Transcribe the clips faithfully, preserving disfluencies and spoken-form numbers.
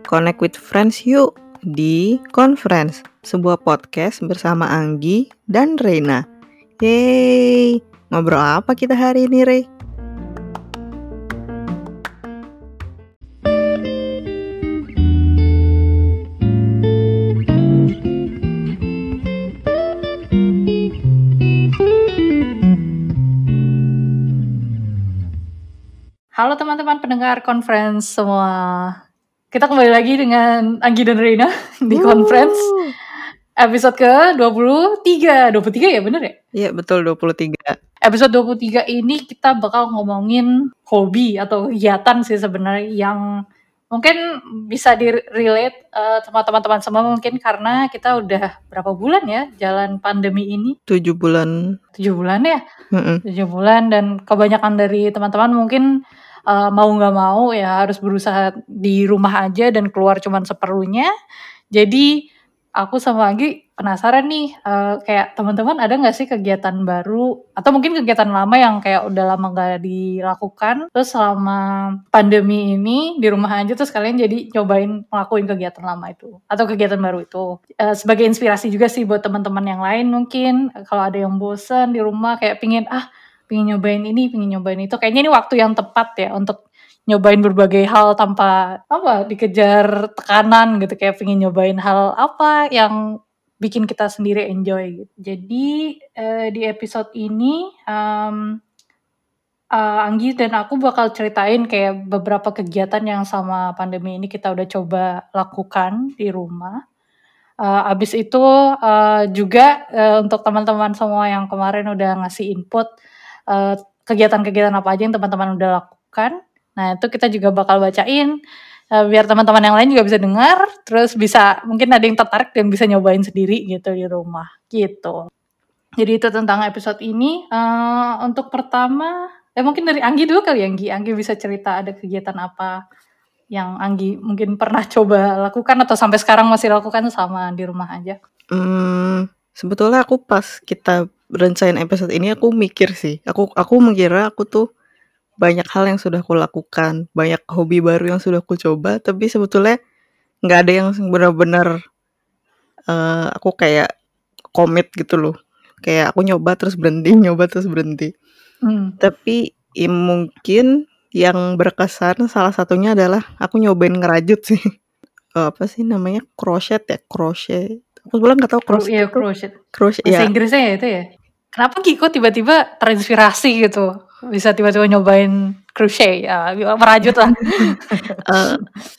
Connect with Friends yuk di Conference, sebuah podcast bersama Anggi dan Reina. Yeay, ngobrol apa kita hari ini, Re? Halo teman-teman pendengar Conference semua. Kita kembali lagi dengan Anggi dan Reina di Conference. Episode ke dua puluh tiga. dua puluh tiga ya, bener ya? Iya, betul, dua puluh tiga. Episode dua puluh tiga ini kita bakal ngomongin hobi atau kegiatan sih sebenarnya yang mungkin bisa di-relate uh, sama teman-teman semua mungkin karena kita udah berapa bulan ya jalan pandemi ini? Tujuh bulan. Tujuh bulan ya? Mm-mm. Tujuh bulan dan kebanyakan dari teman-teman mungkin uh, mau nggak mau ya harus berusaha di rumah aja dan keluar cuman seperlunya. Jadi aku sama Anggi penasaran nih, uh, kayak teman-teman ada nggak sih kegiatan baru atau mungkin kegiatan lama yang kayak udah lama nggak dilakukan, terus selama pandemi ini di rumah aja terus kalian jadi cobain ngelakuin kegiatan lama itu atau kegiatan baru itu, uh, sebagai inspirasi juga sih buat teman-teman yang lain mungkin kalau ada yang bosan di rumah kayak pingin ah pingin nyobain ini, pingin nyobain itu, kayaknya ini waktu yang tepat ya untuk nyobain berbagai hal tanpa apa dikejar tekanan gitu, kayak pengen nyobain hal apa yang bikin kita sendiri enjoy gitu. Jadi eh, di episode ini um, uh, Anggi dan aku bakal ceritain kayak beberapa kegiatan yang sama pandemi ini kita udah coba lakukan di rumah. Uh, abis itu uh, juga uh, untuk teman-teman semua yang kemarin udah ngasih input uh, kegiatan-kegiatan apa aja yang teman-teman udah lakukan. Nah itu kita juga bakal bacain uh, biar teman-teman yang lain juga bisa dengar, terus bisa mungkin ada yang tertarik dan bisa nyobain sendiri gitu di rumah gitu. Jadi itu tentang episode ini. Uh, untuk pertama, eh mungkin dari Anggi dulu kali ya Anggi. Anggi bisa cerita ada kegiatan apa yang Anggi mungkin pernah coba lakukan atau sampai sekarang masih lakukan sama di rumah aja? Hmm, sebetulnya aku pas kita rencanain episode ini aku mikir sih. Aku aku mengira aku tuh banyak hal yang sudah aku lakukan, banyak hobi baru yang sudah aku coba, tapi sebetulnya nggak ada yang benar-benar uh, aku kayak komit gitu loh. Kayak aku nyoba terus berhenti, nyoba terus berhenti. Hmm. Tapi ya mungkin yang berkesan salah satunya adalah aku nyobain ngerajut sih. Uh, apa sih namanya? Crochet ya, crochet. Aku sebenarnya nggak tahu crochet Iya, itu. crochet. Crochet Bahasa ya. Inggrisnya ya itu ya. Kenapa Kiko tiba-tiba terinspirasi gitu? Bisa tiba-tiba nyobain crochet ya, merajut lah. uh,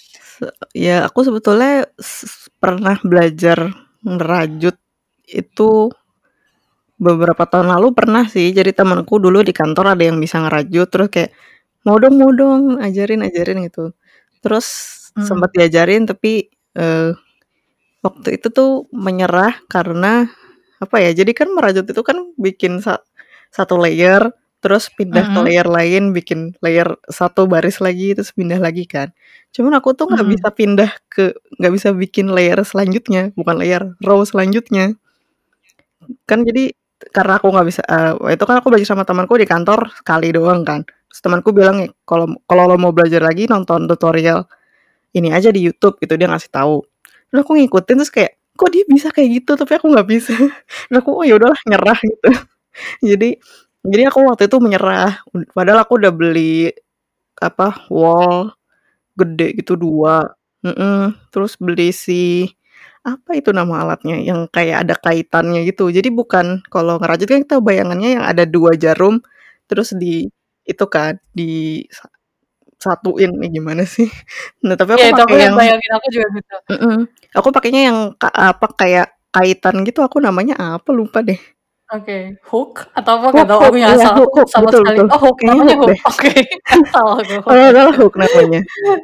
ya aku sebetulnya s- pernah belajar ngerajut itu beberapa tahun lalu pernah sih. Jadi temanku dulu di kantor ada yang bisa ngerajut, terus kayak mau dong mau dong ajarin ajarin gitu. Terus Hmm. sempat diajarin tapi uh, waktu itu tuh menyerah karena apa ya? Jadi kan merajut itu kan bikin sa- satu layer, terus pindah ke Mm-mm. layer lain, bikin layer satu baris lagi, terus pindah lagi kan. Cuman aku tuh nggak Mm-mm. bisa pindah ke, nggak bisa bikin layer selanjutnya, bukan layer row selanjutnya. Kan jadi karena aku nggak bisa, uh, itu kan aku belajar sama temanku di kantor sekali doang kan. Terus temanku bilang ya kalau kalau lo mau belajar lagi nonton tutorial ini aja di YouTube gitu, dia ngasih tahu. Terus aku ngikutin terus kayak kok dia bisa kayak gitu tapi aku nggak bisa. Terus aku oh ya udahlah nyerah gitu. jadi jadi aku waktu itu menyerah. Padahal aku udah beli apa wall gede gitu dua. Mm-mm. Terus beli si apa itu nama alatnya yang kayak ada kaitannya gitu. Jadi bukan kalau ngerajut kan kita bayangannya yang ada dua jarum terus di itu kan di satuin nih gimana sih? Nah tapi aku Ya itu aku pakai yang yang bayangin aku juga gitu. mm-mm. Aku pakainya yang ka- apa kayak kaitan gitu. Aku namanya apa lupa deh. Oke, okay. Hook atau apa Hook nggak tahu, hook aku iya nyasar hook aku hook sama betul sekali. betul. Oh hook, Kayaknya namanya hook hook. deh. Oke, okay. Salah aku hook. Kalau salah hook namanya.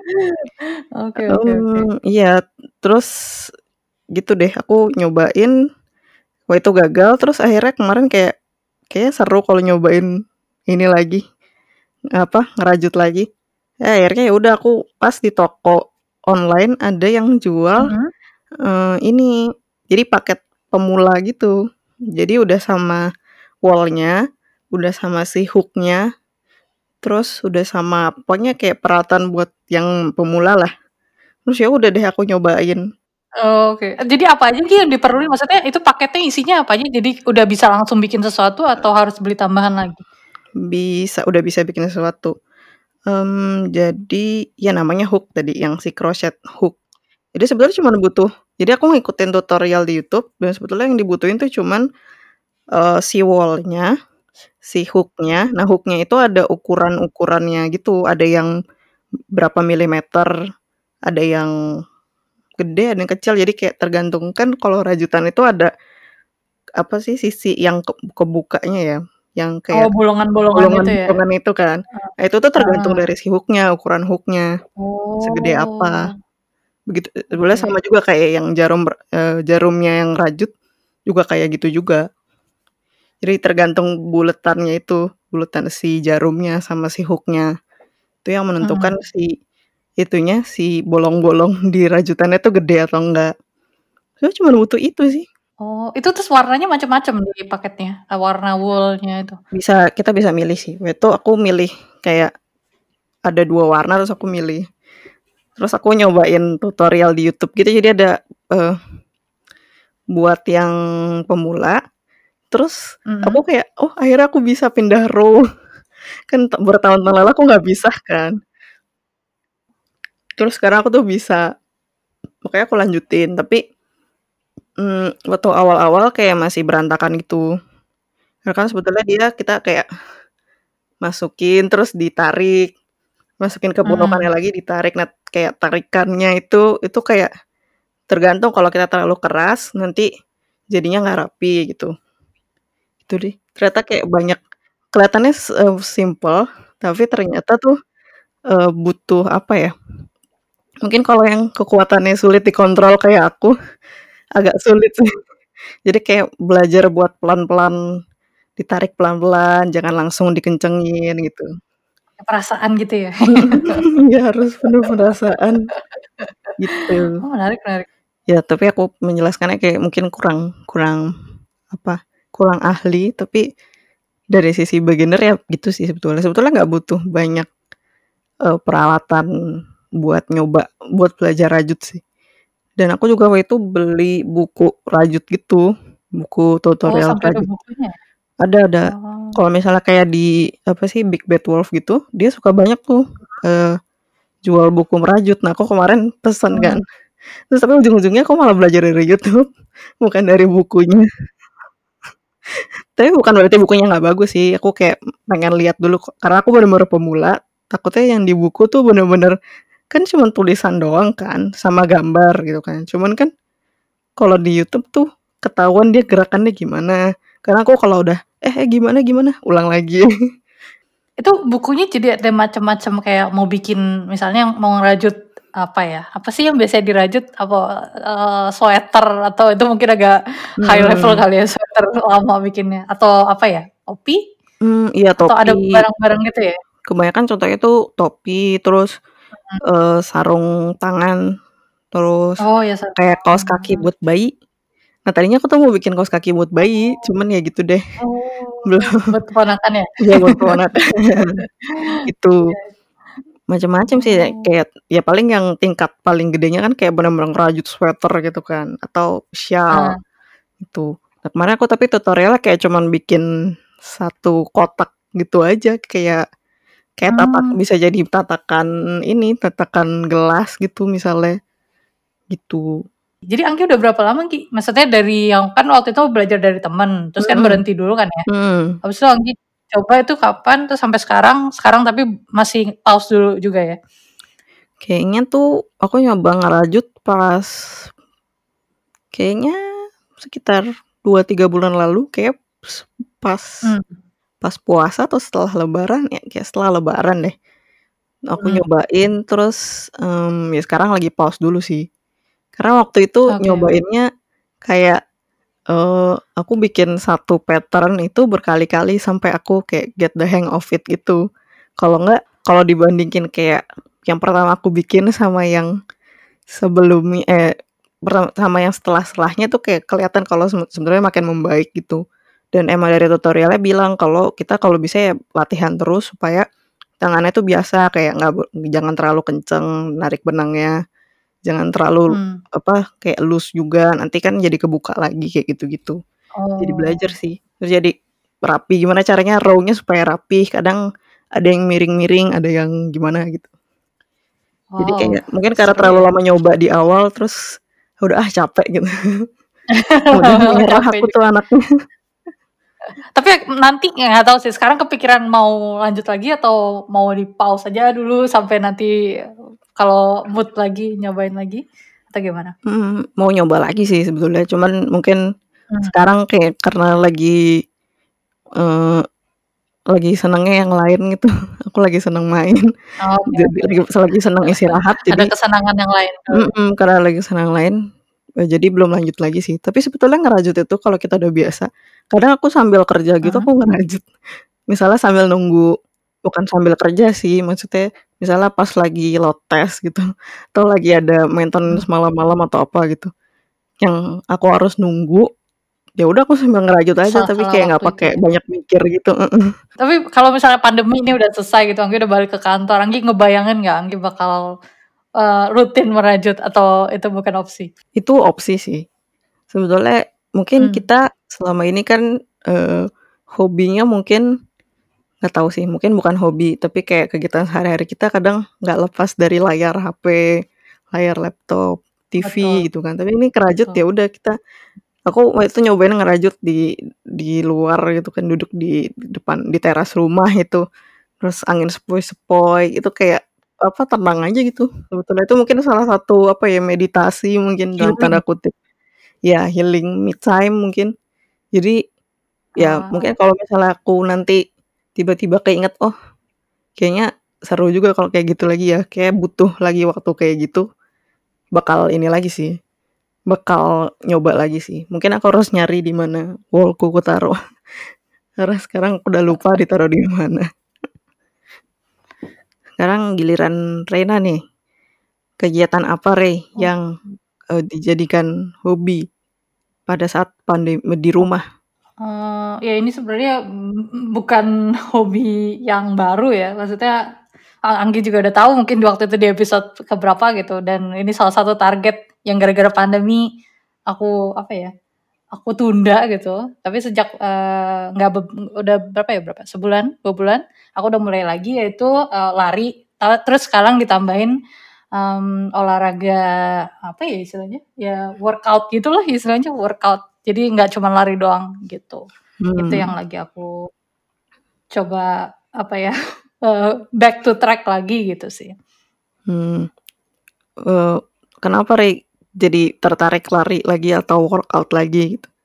Oke oke oke. Um, iya, terus gitu deh. Aku nyobain, wah itu gagal. Terus akhirnya kemarin kayak kayak seru kalau nyobain ini lagi, apa ngerajut lagi. Ya, akhirnya ya udah aku pas di toko online ada yang jual Mm-hmm. uh, ini, jadi paket pemula gitu. Jadi udah sama wallnya, udah sama si hooknya, terus udah sama pokoknya kayak peralatan buat yang pemula lah. Terus ya udah deh aku nyobain. Oke, jadi apa aja Ki yang diperluin? Maksudnya itu paketnya isinya apa aja? Jadi udah bisa langsung bikin sesuatu atau harus beli tambahan lagi? Bisa, udah bisa bikin sesuatu. Mmm, jadi ya namanya hook tadi yang si crochet hook. Jadi sebenarnya cuman butuh jadi aku ngikutin tutorial di YouTube dan sebetulnya yang dibutuhin tuh cuman, eee, si wool-nya, si hook-nya. Nah, hook-nya itu ada ukuran-ukurannya gitu, ada yang berapa milimeter, ada yang gede, ada yang kecil, jadi kayak tergantung kan kalau rajutan itu ada apa sih, sisi yang ke kebukanya ya, yang Oh, kayak bolongan-bolongan itu ya? bolongan-bolongan itu kan. Nah, itu tuh tergantung Heeh. dari si hook-nya, ukuran hook-nya, segede apa. Oh. Begitu e sebenarnya sama Oke. juga kayak yang jarum ber eee, jarumnya yang rajut juga kayak gitu juga. Jadi tergantung buletannya itu, buletan si jarumnya sama si hook-nya. Itu yang menentukan Mmm. si itunya, si bolong-bolong di rajutannya tuh gede atau enggak. Sebenarnya cuman butuh itu sih. Oh, itu terus warnanya macem-macem di paketnya? Eee, warna wool-nya itu? Bisa, kita bisa milih sih. Waktu itu aku milih kayak ada dua warna terus aku milih. Terus aku nyobain tutorial di YouTube gitu, jadi ada, eee, buat yang pemula, terus aku Mhm. kayak, "Oh, akhirnya aku bisa pindah row." Kan te bertahun-tahun lalu aku nggak bisa kan. Terus sekarang aku tuh bisa. Makanya aku lanjutin, tapi, mmm, waktu awal-awal kayak masih berantakan gitu. Karena kan sebetulnya dia kita kayak masukin, terus ditarik, masukin ke Mhm. belokannya lagi ditarik. Nah, kayak tarikannya itu itu kayak tergantung kalau kita terlalu keras, nanti jadinya nggak rapi gitu. Itu deh, ternyata kayak banyak kelihatannya s eee, simpel, tapi ternyata tuh, eee, butuh apa ya, mungkin kalau yang kekuatannya sulit dikontrol kayak aku, agak sulit sih. Jadi kayak belajar buat pelan-pelan, ditarik pelan-pelan, jangan langsung dikencengin gitu. Pakai perasaan gitu ya? Mhm, iya harus penuh perasaan, gitu. Oh, menarik menarik. Ya, tapi aku menjelaskannya kayak mungkin kurang kurang apa, kurang ahli, tapi dari sisi beginner ya gitu sih sebetulnya. Sebetulnya nggak butuh banyak, eee, peralatan buat nyoba, buat belajar rajut sih. Dan aku juga waktu itu beli buku rajut gitu, buku Oh, tutorial sampai ada rajut. bukunya? Ada ada. Oh. Kalau misalnya kayak di apa sih, Big Bad Wolf gitu, dia suka banyak tuh, eee, jual buku merajut. Nah, aku kemarin pesen kan, Mmm. terus tapi ujung-ujungnya aku malah belajar dari YouTube, bukan dari bukunya. Tapi bukan berarti bukunya nggak bagus sih, aku kayak pengen lihat dulu k karena aku bener-bener pemula, takutnya yang di buku tuh bener-bener kan cuman tulisan doang kan, sama gambar gitu kan. Cuman kan kalau di YouTube tuh ketahuan dia gerakannya gimana. Karena aku kalau udah, "Eh eh, gimana gimana?" Ulang lagi. Itu bukunya jadi ada macem-macem kayak mau bikin misalnya mau ngerajut apa ya, apa sih yang biasanya dirajut? Apa, eee, sweater atau itu mungkin agak high level Mhm. kali ya, sweater lama bikinnya, atau apa ya, topi? Mmm, iya Atau ada topi. barang-barang gitu ya? Kebanyakan contohnya tuh topi, terus, Mhm. eee, sarung tangan, terus Oh, ya sarung kayak kaos kaki tangan. buat bayi. Nah, tadinya aku tuh mau bikin kaos kaki buat bayi, Oh. cuman ya gitu deh, belum. Oh, buat keponakan ya? Iya buat keponakan. Itu. Iya. Macem-macem sih ya, Oh. kayak ya paling yang tingkat paling gedenya kan kayak bener-bener ngerajut sweater gitu kan, atau syal, Heeh. gitu. Nah, kemarin aku tapi tutorialnya kayak cuman bikin satu kotak gitu aja, kayak kayak tatak Mmm. bisa jadi tatakan ini, tatakan gelas gitu misalnya, gitu. Jadi Anggi udah berapa lama Ki? Maksudnya dari yang kan waktu itu belajar dari temen, terus kan Mhm. berhenti dulu kan ya? Mhm. Habis itu Anggi coba itu kapan? Terus sampai sekarang sekarang tapi masih pause dulu juga ya? Kayaknya tuh aku nyoba ngerajut pas kayaknya sekitar dua, tiga bulan lalu, kayaknya s pas Mmm. pas puasa atau setelah lebaran ya, kayak setelah lebaran deh. Aku Mmm. nyobain terus, mmm, ya sekarang lagi pause dulu sih. Karena waktu itu Oke oke. nyobainnya kayak, eee, aku bikin satu pattern itu berkali-kali sampai aku kayak get the hang of it gitu. Kalau enggak, kalau dibandingin kayak yang pertama aku bikin sama yang sebelumnya eh, pertama sama yang setelah-setelahnya tuh kayak kelihatan kalau se sebenarnya makin membaik gitu. Dan emang dari tutorialnya bilang kalau kita kalau bisa ya latihan terus supaya tangannya tuh biasa, kayak nggak be jangan terlalu kenceng narik benangnya, Jangan terlalu Mmm. apa, kayak loose juga, nanti kan jadi kebuka lagi kayak gitu-gitu. Jadi belajar Oh. sih, terus jadi rapi, gimana caranya raw-nya supaya rapih, kadang ada yang miring-miring, ada yang gimana gitu. Jadi Wow, kayak mungkin karena seru terlalu ya. lama nyoba di awal, terus udah ah capek gitu. Udah menyerah Capek aku juga. tuh anaknya. Tapi nanti nggak tahu sih, sekarang kepikiran mau lanjut lagi atau mau di-pause aja dulu sampai nanti kalau mood lagi, nyobain lagi, atau gimana? Mhm, mau nyoba lagi sih sebetulnya, cuman mungkin Mmm. sekarang kayak karena lagi, eee, lagi senengnya yang lain gitu, aku lagi seneng main, Oke jadi oke. lagi lagi seneng istirahat, Ada jadi kesenangan yang lain tuh. mhm, karena lagi senang lain, eee, jadi belum lanjut lagi sih. Tapi sebetulnya ngerajut itu kalau kita udah biasa, kadang aku sambil kerja gitu Mhm. aku ngerajut. Misalnya sambil nunggu bukan sambil kerja sih, maksudnya misalnya pas lagi load test gitu, atau lagi ada maintenance Mmm. malam-malam atau apa gitu, yang aku harus nunggu, ya udah aku sambil ngerajut aja, tapi Sela-sela kayak nggak waktu itu pakai ya. banyak mikir gitu, heeh. Tapi kalau misalnya pandemi ini udah selesai gitu, Anggi udah balik ke kantor, Anggi ngebayangin nggak Anggi bakal, eee, rutin merajut atau itu bukan opsi? Itu opsi sih. Sebetulnya mungkin Mmm. kita selama ini kan, eee, hobinya mungkin nggak tahu sih, mungkin bukan hobi, tapi kayak kegiatan sehari-hari kita kadang nggak lepas dari layar H P, layar laptop, T V Betul. gitu kan. Tapi ini kerajut ya Betul. udah kita aku waktu itu nyobain ngerajut di di luar gitu kan, duduk di depan di teras rumah itu, terus angin sepoi-sepoi, itu kayak apa, tenang aja gitu. Sebetulnya itu mungkin salah satu apa ya, meditasi mungkin dalam tanda Healing. kutip. Ya healing me time mungkin. Jadi ya mungkin Oh. kalau misalnya aku nanti tiba-tiba keinget, "Oh kayaknya seru juga kalau kayak gitu lagi ya," kayaknya butuh lagi waktu kayak gitu, bakal ini lagi sih, bakal nyoba lagi sih. Mungkin aku harus nyari di mana wall-ku kutaruh. Karena sekarang udah lupa ditaruh di mana. Sekarang giliran Reina nih. Kegiatan apa Rei yang, eee, dijadikan hobi pada saat pandem di Oh, rumah? eee, ya ini sebenarnya, mmm, bukan hobi yang baru ya, maksudnya A Anggi juga udah tahu mungkin di waktu itu di episode ke berapa gitu, dan ini salah satu target yang gara-gara pandemi aku, apa ya, aku tunda gitu. Tapi sejak, eee, nggak beb udah berapa ya, berapa, sebulan, dua bulan, aku udah mulai lagi yaitu, eee, lari, eee, terus sekarang ditambahin, mmm, olahraga, apa ya istilahnya, ya workout gitulah istilahnya, workout. Jadi nggak cuman lari doang gitu. Itu yang Mmm. lagi aku coba, apa ya, eee, back to track lagi gitu sih. Mmm, eee, kenapa Rei jadi tertarik lari lagi atau workout lagi gitu?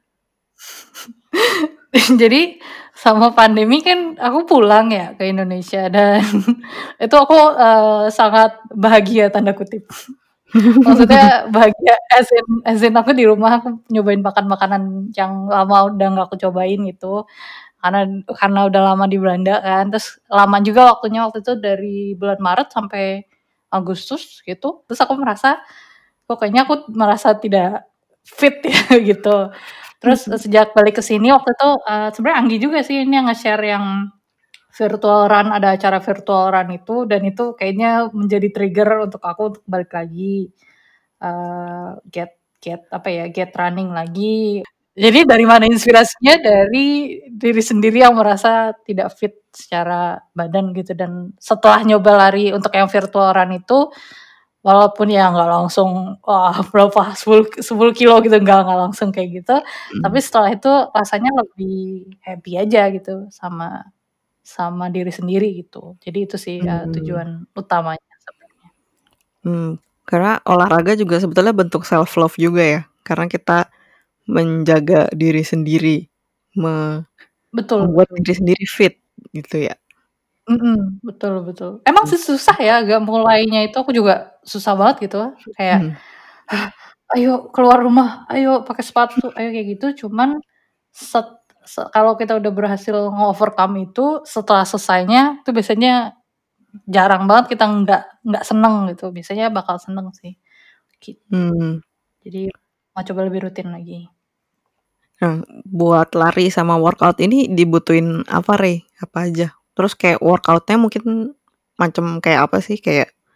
Jadi sama pandemi kan aku pulang ya ke Indonesia dan itu aku, eee, sangat "bahagia" tanda kutip. Maksudnya bahagia as in as in aku di rumah aku nyobain makan makanan yang lama udah nggak aku cobain gitu, karena karena udah lama di Belanda kan, terus lama juga waktunya waktu itu dari bulan Maret sampai Agustus gitu, terus aku merasa, kok kayaknya aku merasa tidak fit ya gitu. Terus Mhm. sejak balik ke sini waktu itu, eee, sebenarnya Anggi juga sih ini yang nge-share yang virtual run, ada acara virtual run itu, dan itu kayaknya menjadi trigger untuk aku untuk balik lagi, eee, get get apa ya, get running lagi. Jadi dari mana inspirasinya, dari diri sendiri yang merasa tidak fit secara badan gitu, dan setelah nyoba lari untuk yang virtual run itu, walaupun ya nggak langsung, wah berapa sepuluh sepuluh kilo gitu, nggak nggak langsung kayak gitu, tapi Mhm. setelah itu rasanya lebih happy aja gitu sama sama diri sendiri gitu. Jadi itu sih, eee, Mmm. tujuan utamanya sebenarnya. Mmm, karena olahraga juga sebetulnya bentuk self love juga ya, karena kita menjaga diri sendiri, me Betul membuat betul. diri sendiri fit gitu ya. Mhm, betul betul. Emang sih susah ya agak mulainya itu, aku juga susah banget gitu, kayak, Mhm. "Ayo keluar rumah, ayo pakai sepatu, ayo," kayak gitu. Cuman set se kalau kita udah berhasil nge-overcome itu, setelah selesainya itu biasanya jarang banget kita nggak nggak seneng gitu, biasanya bakal seneng sih, gitu. Mmm. Jadi mau coba lebih rutin lagi. Nah, buat lari sama workout ini dibutuhin apa Rei? Apa aja? Terus kayak workout-nya mungkin macam kayak apa sih? Kayak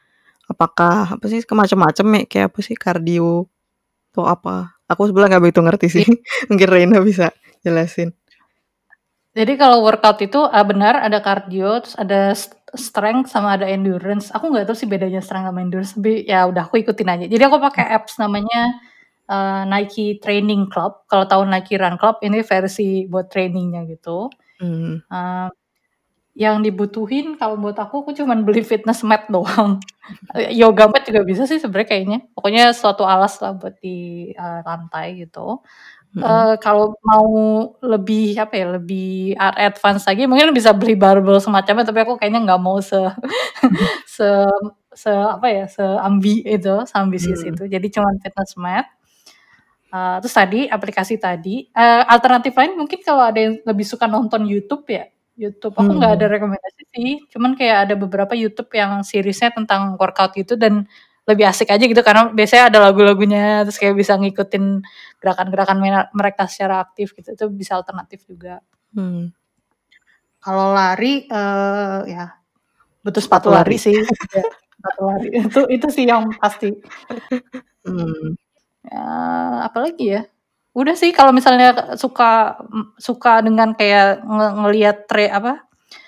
apakah apa sih, ke macam-macam ya, kayak apa sih, kardio atau apa. Aku sebenarnya nggak begitu ngerti sih. Iya. Mungkin Reina bisa jelasin. Jadi kalau workout itu uh, benar ada cardio, terus ada strength sama ada endurance. Aku nggak tahu sih bedanya strength sama endurance, tapi ya udah aku ikutin aja. Jadi aku pakai apps namanya uh, Nike Training Club. Kalau tahu Nike Run Club, ini versi buat trainingnya gitu. Hmm. Uh, yang dibutuhin kalau buat aku, aku cuman beli fitness mat doang. Yoga mat juga bisa sih sebenarnya kayaknya. Pokoknya suatu alas lah buat di uh, lantai gitu. Mm-mm. Uh, kalau mau lebih apa ya, lebih advance lagi mungkin bisa beli barbel semacamnya, tapi aku kayaknya nggak mau se se se apa ya, seambi itu, seambisius Hmm. itu. Jadi cuman fitness mat. Uh, terus tadi aplikasi tadi, uh, alternatif lain mungkin kalau ada yang lebih suka nonton YouTube ya, YouTube. Aku nggak ada Hmm. rekomendasi sih, cuman kayak ada beberapa YouTube yang seriesnya tentang workout gitu dan lebih asik aja gitu karena biasanya ada lagu-lagunya, terus kayak bisa ngikutin gerakan-gerakan mereka secara aktif gitu, itu bisa alternatif juga. Hmm. Kalau lari, uh, ya butuh sepatu, Sepatu lari lari. sih, ya, sepatu lari itu itu sih yang pasti. Hmm. Ya, apalagi ya? Udah sih kalau misalnya suka suka dengan kayak nge ngelihat tre apa,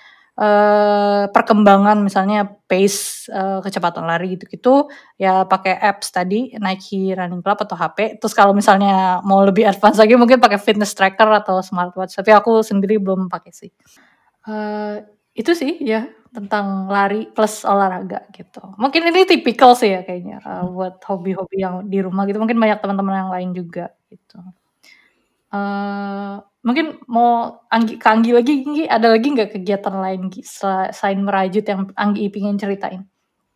eee, perkembangan misalnya pace, eee, kecepatan lari gitu-gitu, ya pakai apps tadi Nike Running Club atau H P. Terus kalau misalnya mau lebih advance lagi mungkin pakai fitness tracker atau smartwatch, tapi aku sendiri belum pakai sih. Eee, itu sih ya tentang lari plus olahraga gitu. Mungkin ini tipikal sih ya kayaknya, eee, buat hobi-hobi yang di rumah gitu, mungkin banyak teman-teman yang lain juga gitu. Eee, mungkin mau Anggi ke Anggi lagi, Nggi, ada lagi nggak kegiatan lain Nggi, sela selain merajut yang Anggi pengen ceritain?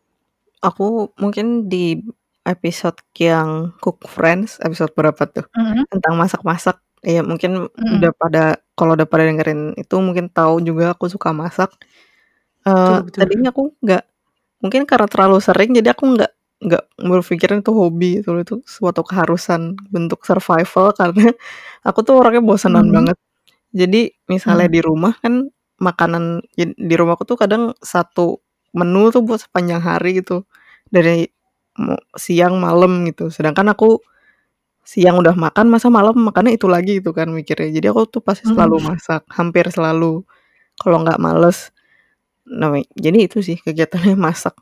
Aku mungkin di episode yang Cook Friends, episode berapa tuh? Mhm. Tentang masak-masak. Ya mungkin Mhm. udah pada kalau udah pada dengerin itu mungkin tahu juga aku suka masak. Eee, Betul betul. tadinya aku nggak mungkin karena terlalu sering jadi aku nggak nggak berpikiran itu hobi, itu itu suatu keharusan bentuk survival karena aku tuh orangnya bosenan Mhm. banget. Jadi misalnya Mhm. di rumah kan makanan di di rumahku tuh kadang satu menu tuh buat sepanjang hari gitu, dari mo siang, malam gitu. Sedangkan aku siang udah makan, masa malam makannya itu lagi gitu kan mikirnya. Jadi aku tuh pasti Mhm. selalu masak, hampir selalu. Kalau nggak males, namanya jadi itu sih kegiatannya masak.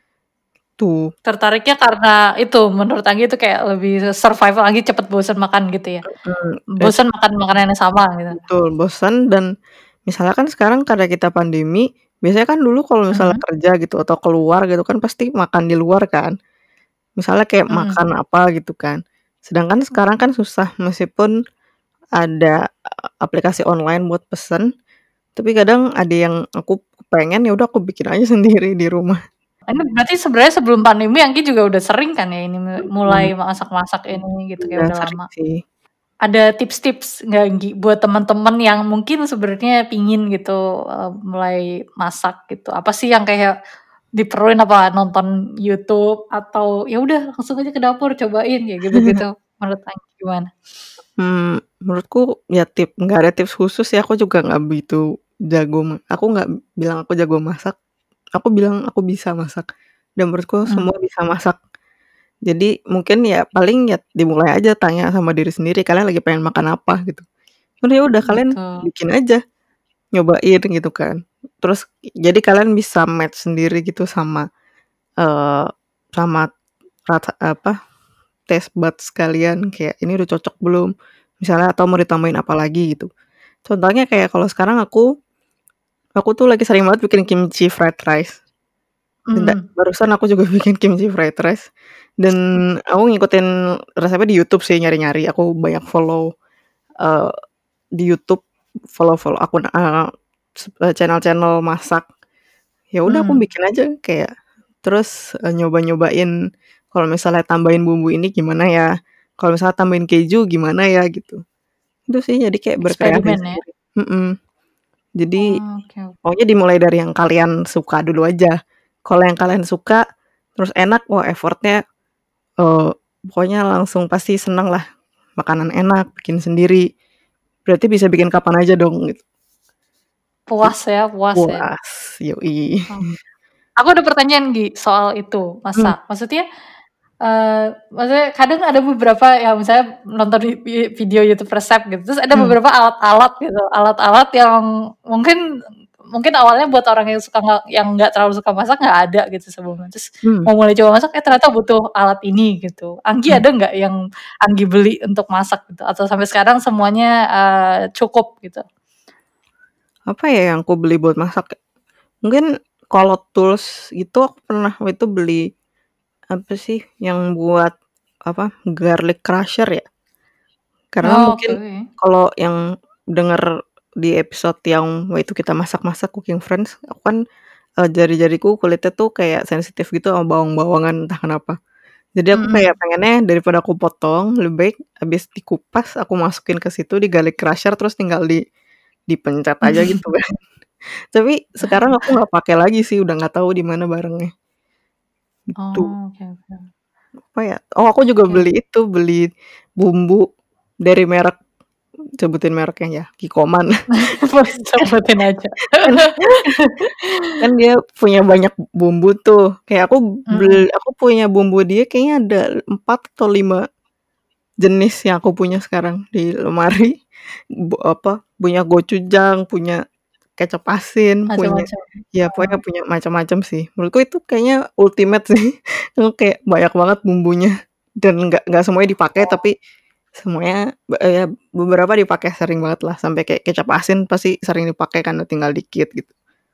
Tuh. Tertariknya karena itu menurut Anggi itu kayak lebih survival, Anggi cepet bosen makan gitu ya? Mhm, et Bosen makan makanan yang sama gitu? betul, bosan dan misalnya kan sekarang karena kita pandemi, biasanya kan dulu kalau misalnya Mhm. kerja gitu atau keluar gitu kan pasti makan di luar kan. Misalnya kayak Mhm. makan apa gitu kan. Sedangkan sekarang kan susah meskipun ada aplikasi online buat pesen, tapi kadang ada yang aku pengen, ya udah aku bikin aja sendiri di rumah. Ini berarti sebenarnya sebelum pandemi Anggi juga udah sering kan ya ini Mhm. mulai masak-masak ini gitu, kayak Iya, udah sering lama. sih. Ada tips-tips nggak Nggi buat teman-teman yang mungkin sebenarnya pingin gitu, eee, mulai masak gitu? Apa sih yang kayak diperluin, apa nonton YouTube atau ya udah langsung aja ke dapur cobain ya gitu-gitu, menurut Anggi gimana? Mmm, menurutku ya tip nggak ada tips khusus ya, aku juga nggak begitu jago ma aku nggak bilang aku jago masak, aku bilang aku bisa masak, dan menurutku Mhm. semua bisa masak. Jadi mungkin ya paling ya dimulai aja tanya sama diri sendiri, kalian lagi pengen makan apa gitu. Udah ya udah kalian Betul. bikin aja, nyobain gitu kan. Terus jadi kalian bisa match sendiri gitu sama, eee, sama rasa apa, taste buds kalian kayak ini udah cocok belum, misalnya atau mau ditambahin apa lagi gitu. Contohnya kayak kalau sekarang aku aku tuh lagi sering banget bikin kimchi fried rice. Dan Mhm. barusan aku juga bikin kimchi fried rice dan aku ngikutin resepnya di YouTube sih nyari-nyari, aku banyak follow, eee, di YouTube, follow-follow akun, eee, eee, channel-channel masak. Ya udah aku Mhm. bikin aja kayak terus, eee, nyoba-nyobain kalau misalnya tambahin bumbu ini gimana ya, kalau misalnya tambahin keju gimana ya gitu. Itu sih jadi kayak berkreasi Eksperimen ya? sendiri, mhm. Jadi Oh, oke oke. pokoknya dimulai dari yang kalian suka dulu aja. Kalau yang kalian suka terus enak, wah effort-nya, eee, pokoknya langsung pasti seneng lah, makanan enak, bikin sendiri, berarti bisa bikin kapan aja dong gitu. It Puas ya puas ya? puas, yoi. Oh. Aku ada pertanyaan Gi soal itu Hmm. masak. Maksudnya, eee, maksudnya kadang ada beberapa yang misalnya nonton vi vi video YouTube resep gitu, terus ada Hmm. beberapa alat-alat gitu, alat-alat yang mungkin mungkin awalnya buat orang yang suka nggak yang nggak terlalu suka masak nggak ada gitu sebelumnya. Terus Hmm. mau mulai coba masak, eh ternyata butuh alat ini gitu. Anggi Hmm. ada nggak yang Anggi beli untuk masak gitu? Atau sampai sekarang semuanya eee, cukup gitu? Apa ya yang aku beli buat masak? Mungkin kalau tools itu aku pernah waktu itu beli apa sih yang buat apa garlic crusher ya. Karena Oh, mungkin oke. kalau yang denger di episode yang waktu itu kita masak-masak Cooking Friends, aku kan uh, jari-jariku kulitnya tuh kayak sensitif gitu sama bawang-bawangan entah kenapa. Jadi aku kayak Mhm. pengennya daripada aku potong, lebih baik habis dikupas aku masukin ke situ di garlic crusher terus tinggal di dipencet aja gitu kan. Tapi sekarang aku nggak pakai lagi sih, udah nggak tahu di mana barangnya. Gitu. Oh, oke oke. Apa ya? Oh, aku juga Oke. beli itu, beli bumbu dari merek sebutin mereknya ya, Kikoman. Sebutin aja. Kan kan dia punya banyak bumbu tuh. Kayak aku bel Mhm. aku punya bumbu dia kayaknya ada empat atau lima jenis yang aku punya sekarang di lemari. Bu apa, punya gochujang, punya kecap asin, punya Macam-macam. ya pokoknya Oh. punya macam-macam sih. Menurutku itu kayaknya ultimate sih. Itu kayak banyak banget bumbunya dan nggak nggak semuanya dipakai Oh. tapi semuanya eee, ya beberapa dipakai sering banget lah, sampai kayak kecap asin pasti sering dipakai karena tinggal dikit gitu.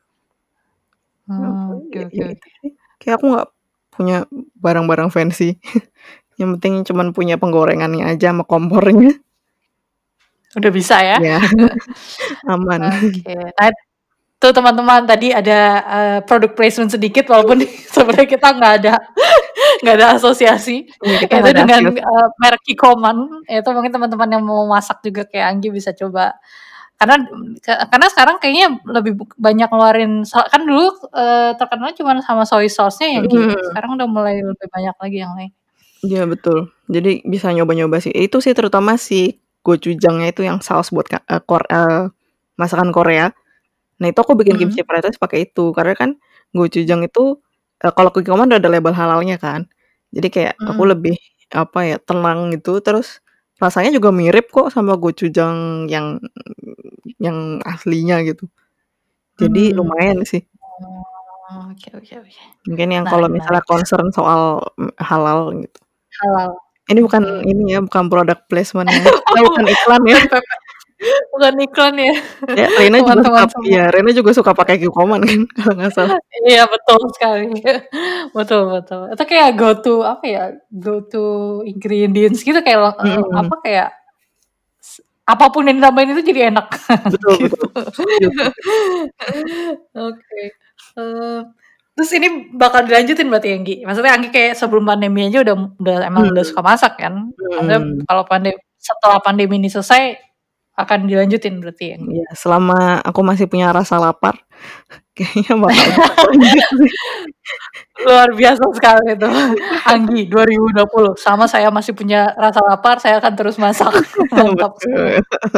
Oh, oke Ya oke ya itu oke. sih. Kayak aku nggak punya barang-barang fancy. Yang penting cuman punya penggorengannya aja sama kompornya. Udah bisa ya. Ya, aman. Oke. Nah, tuh teman-teman tadi ada eee, product placement sedikit walaupun sebenarnya kita nggak ada nggak ada asosiasi, Iya, kita yaitu nggak ada dengan, hasil. eee, merek Kikoman. Itu mungkin teman-teman yang mau masak juga kayak Anggi bisa coba. Karena ke karena sekarang kayaknya lebih buk banyak ngeluarin sa kan dulu, eee, terkenalnya cuman sama soy sauce-nya ya, Gi, ya. Mhm. Sekarang udah mulai lebih banyak lagi yang lain. Iya betul. Jadi bisa nyoba-nyoba sih. Itu sih terutama si gochujangnya itu yang saus buat ka eee, kor eee, masakan Korea. Nah itu aku bikin kimchi Mhm. fried rice pakai itu. Karena kan gochujang itu, eee, kalau Kikoman udah ada label halalnya kan. Jadi kayak aku Mhm. lebih, apa ya, tenang gitu, terus rasanya juga mirip kok sama gochujang yang yang aslinya gitu. Jadi Mmm. lumayan sih. Oh, oke oke oke. Mungkin yang kalau Menarik misalnya menarik. concern soal, mmm, halal gitu. Halal. Ini bukan Oke. ini ya, bukan product placement ya, kita bukan iklan ya. Bukan P P bukan iklan ya, Ya, Reina juga suka teman-teman semua. iya, Reina juga suka pakai Kikoman kan kalau nggak salah. Iya betul sekali. Betul betul. Itu kayak go to apa ya, go to ingredients gitu kayak le eee, Mhm. apa, kayak s apapun yang ditambahin itu jadi enak Betul betul. gitu. Setuju setuju. Oke. Eee, terus ini bakal dilanjutin berarti ya, Nggi? Maksudnya Anggi kayak sebelum pandemi aja udah udah emang udah Hmm. suka masak kan? Maksudnya Mhm. kalau pande setelah pandemi ini selesai akan dilanjutin berarti ya, Nggi? Iya, selama aku masih punya rasa lapar, kayaknya bakal tetap lanjut sih. Luar biasa sekali itu. Anggi dua ribu dua puluh, selama saya masih punya rasa lapar, saya akan terus masak. Mantap sekali. Betul.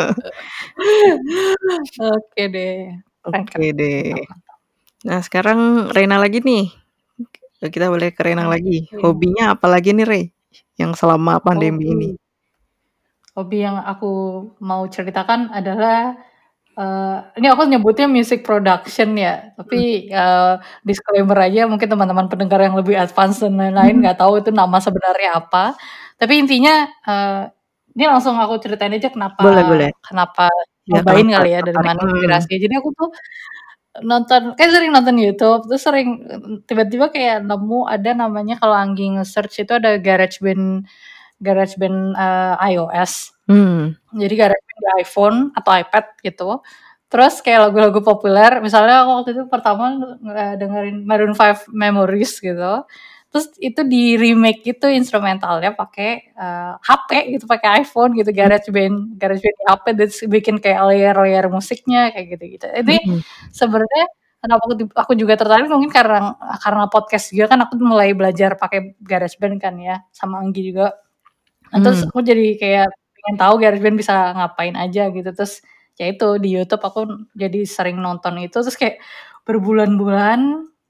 Oke deh. Keren Oke keren. Mantap deh. mantap. Nah sekarang Reina lagi nih. Eee, kita balik ke Reina lagi. Oke. Hobinya apa lagi nih, Re, yang selama pandemi ini? Hobi. Hobi yang aku mau ceritakan adalah, eee, ini aku nyebutnya music production ya, Mmm. tapi, eee, disclaimer aja mungkin teman-teman pendengar yang lebih advance dan lain-lain Mhm. nggak tahu itu nama sebenarnya apa. Tapi intinya, eee, ini langsung aku ceritain aja kenapa Boleh boleh. kenapa Ya nyobain kenapa kali ya, dari tertarik? mana Mhm. inspirasinya. Jadi aku tuh nonton kan sering nonton YouTube, terus sering, eee, tiba-tiba kayak nemu ada namanya kalau Anggi nge-search itu ada GarageBand GarageBand, eee, iOS. Mmm. Jadi GarageBand di iPhone atau iPad gitu. Terus kayak lagu-lagu populer, misalnya aku waktu itu pertama eee, dengerin Maroon five Memories gitu. Terus itu di-remake gitu instrumentalnya pakai, eee, H P gitu, pakai iPhone gitu, Mmm. GarageBand GarageBand di H P terus bikin kayak layer-layer musiknya kayak gitu-gitu. Ini Mhm. sebenarnya kenapa aku tib aku juga tertarik mungkin karena karena podcast juga kan aku mulai belajar pakai GarageBand kan ya, sama Anggi juga. Nah terus Mmm. aku jadi kayak pengen tahu GarageBand bisa ngapain aja gitu. Terus ya itu di YouTube aku jadi sering nonton itu, terus kayak berbulan-bulan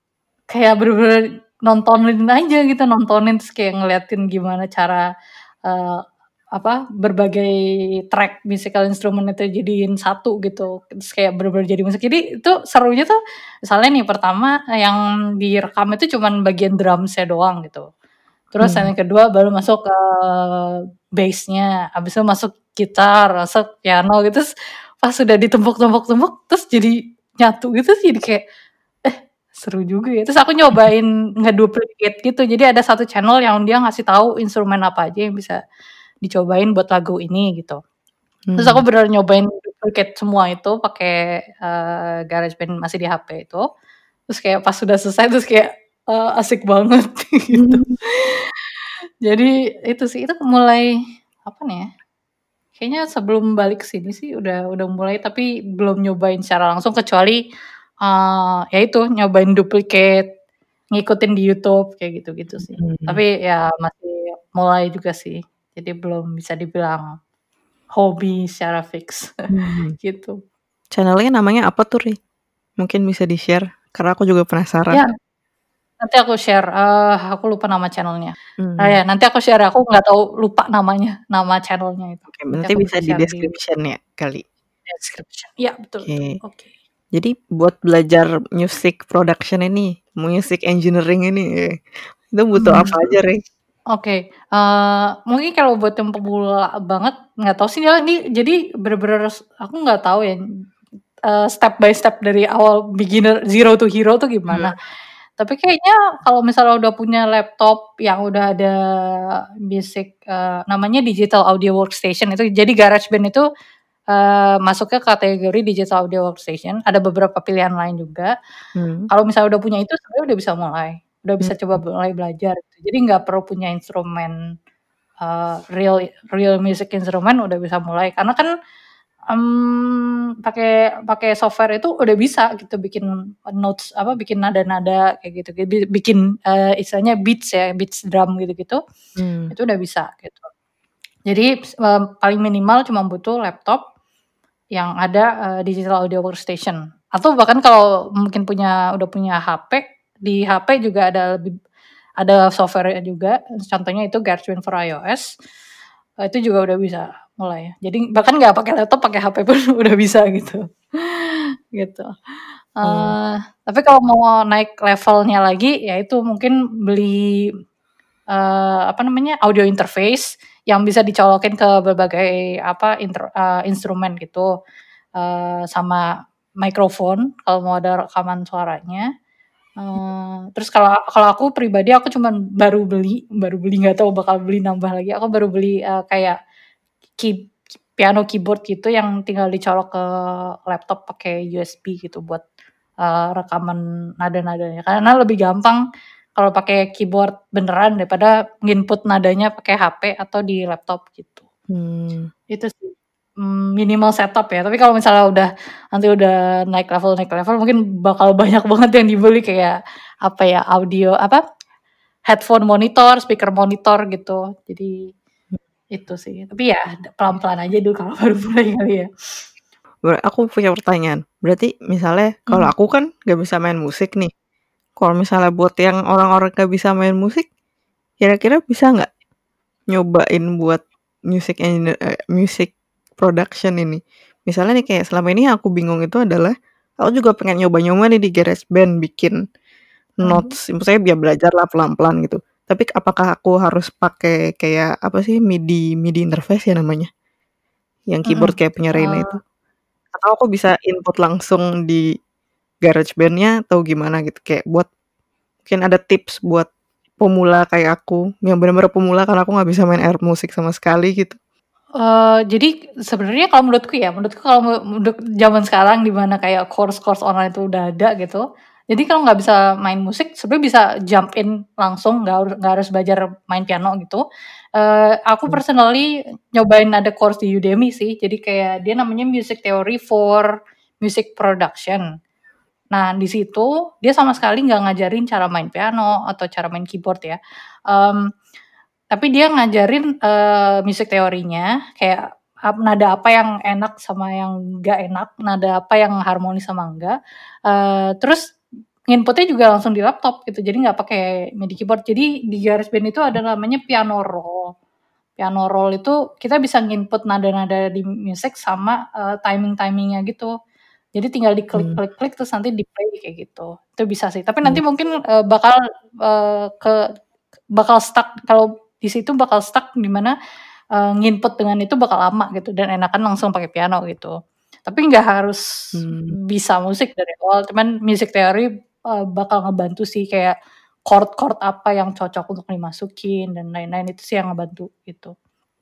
kayak bener-bener nontonin aja gitu, nontonin terus kayak ngeliatin gimana cara, eee, apa, berbagai track musical instrument itu jadiin satu gitu, terus kayak bener-bener jadi musik. Jadi itu serunya tuh misalnya nih pertama yang direkam itu cuman bagian drums-nya doang gitu. Terus Hmm. yang kedua baru masuk ke bass-nya, habis itu masuk gitar, masuk piano gitu, terus pas sudah ditumpuk-tumpuk-tumpuk terus jadi nyatu gitu, jadi kayak, eh seru juga ya. Terus aku nyobain ngeduplicate gitu, jadi ada satu channel yang dia ngasih tahu instrumen apa aja yang bisa dicobain buat lagu ini gitu. Terus aku Hmm. beneran nyobain duplicate semua itu pakai, eee, GarageBand masih di H P itu. Terus kayak pas sudah selesai terus kayak, eee, asik banget gitu. Hmm. Jadi itu sih, itu mulai kapan ya, kayaknya sebelum balik ke sini sih udah udah mulai, tapi belum nyobain secara langsung kecuali, eee, ya itu nyobain duplicate, ngikutin di YouTube kayak gitu-gitu sih. Hmm. Tapi ya masih mulai juga sih, jadi belum bisa dibilang hobi secara fix Hmm. gitu. Channel-nya namanya apa tuh, Ri? Mungkin bisa di-share karena aku juga penasaran. Ya, nanti aku share, eee, aku lupa nama channel-nya. Nah Hmm. ya nanti aku share, aku nggak tahu lupa namanya, nama channel-nya itu. Oke, Nanti nanti aku bisa bisa di share di description ya kali. description. Iya betul betul, Oke. oke. Jadi buat belajar music production ini, music engineering ini, itu butuh Mmm, apa aja, Ri? oke, eee, mungkin kalau buat yang pemula banget, nggak tahu sih ya ini jadi bener-bener aku nggak tahu ya, eee, step by step dari awal beginner, zero to hero tuh Hmm. gimana. Tapi kayaknya kalau misalnya udah punya laptop yang udah ada music, eee, namanya digital audio workstation itu, jadi GarageBand itu, eee, masuknya kategori digital audio workstation, ada beberapa pilihan lain juga. Hmm. Kalau misalnya udah punya itu sebenarnya udah bisa mulai, udah bisa coba Hmm. mulai belajar gitu. Jadi nggak perlu punya instrumen, eee, real real music instrument udah bisa mulai. Karena kan, mmm, pakai pakai software itu udah bisa gitu bikin notes, apa, bikin nada-nada kayak gitu, bi bikin, eee, istilahnya beats ya, beats drum gitu-gitu, Hmm. itu udah bisa gitu. Jadi, eee, paling minimal cuma butuh laptop yang ada, eee, digital audio workstation. Atau bahkan kalau mungkin punya udah punya H P, di H P juga ada lebih ada software-nya juga, contohnya itu GarageBand for iOS, eee, itu juga udah bisa mulai. Jadi bahkan nggak pakai laptop, pakai H P pun udah bisa gitu, gitu. Oh. Eee, tapi kalau mau naik levelnya lagi, ya itu mungkin beli, eee, apa namanya, audio interface yang bisa dicolokin ke berbagai apa, inter eee, instrumen gitu, eee, sama mikrofon kalau mau ada rekaman suaranya. Eee, terus kalau kalau aku pribadi aku cuman baru beli baru beli nggak tahu bakal beli nambah lagi, aku baru beli, eee, kayak key piano keyboard gitu yang tinggal dicolok ke laptop pakai U S B gitu buat, eee, rekaman nada-nadanya. Karena lebih gampang kalau pakai keyboard beneran daripada nginput nadanya pakai H P atau di laptop gitu. Hmm. Itu sih, mmm, minimal setup ya, tapi kalau misalnya udah nanti udah naik level naik level mungkin bakal banyak banget yang dibeli kayak apa ya, audio apa, headphone monitor, speaker monitor gitu. Jadi itu sih, tapi ya pelan-pelan aja dulu kalau baru mulai kali ya. Ber aku punya pertanyaan, berarti misalnya kalau Mhm. aku kan nggak bisa main musik nih, kalau misalnya buat yang orang-orang nggak bisa main musik, kira-kira bisa nggak nyobain buat music engineer eee, music production ini? Misalnya nih kayak selama ini yang aku bingung itu adalah, aku juga pengen nyoba-nyoba nih di GarageBand bikin Mhm. notes, maksudnya biar belajar lah pelan-pelan gitu. Tapi apakah aku harus pakai kayak apa sih, MIDI MIDI interface ya namanya? Yang keyboard Mhm, kayak punya Reina itu? eee Atau aku bisa input langsung di GarageBand-nya atau gimana gitu? Kayak buat mungkin ada tips buat pemula kayak aku, yang bener-bener pemula karena aku nggak bisa main alat musik sama sekali gitu. Eee, jadi sebenarnya kalau menurutku ya, menurutku kalau me untuk zaman sekarang di mana kayak course-course online itu udah ada gitu, jadi kalau nggak bisa main musik sebenarnya bisa jump in langsung, nggak harus nggak harus belajar main piano gitu. Eee, aku Mmm. personally nyobain ada course di Udemy sih, jadi kayak dia namanya Music Theory for Music Production. Nah di situ dia sama sekali nggak ngajarin cara main piano atau cara main keyboard ya, mmm, tapi dia ngajarin, eee, music teorinya kayak ap nada apa yang enak sama yang nggak enak, nada apa yang harmonis sama enggak, eee, terus nginputnya juga langsung di laptop gitu, jadi nggak pakai MIDI keyboard. Jadi di GarageBand itu ada namanya piano roll. Piano roll itu kita bisa nginput nada-nada di musik sama uh, timing-timingnya gitu. Jadi tinggal Hmm. diklik-klik-klik terus nanti di play kayak gitu. Itu bisa sih. Tapi Hmm. nanti mungkin uh, bakal uh, ke bakal stuck kalau di situ bakal stuck di mana uh, nginput dengan itu bakal lama gitu dan enakan langsung pakai piano gitu. Tapi nggak harus Hmm. bisa musik dari awal, cuman music theory uh, bakal ngebantu sih kayak chord-chord apa yang cocok untuk dimasukin dan lain-lain, itu sih yang ngebantu gitu.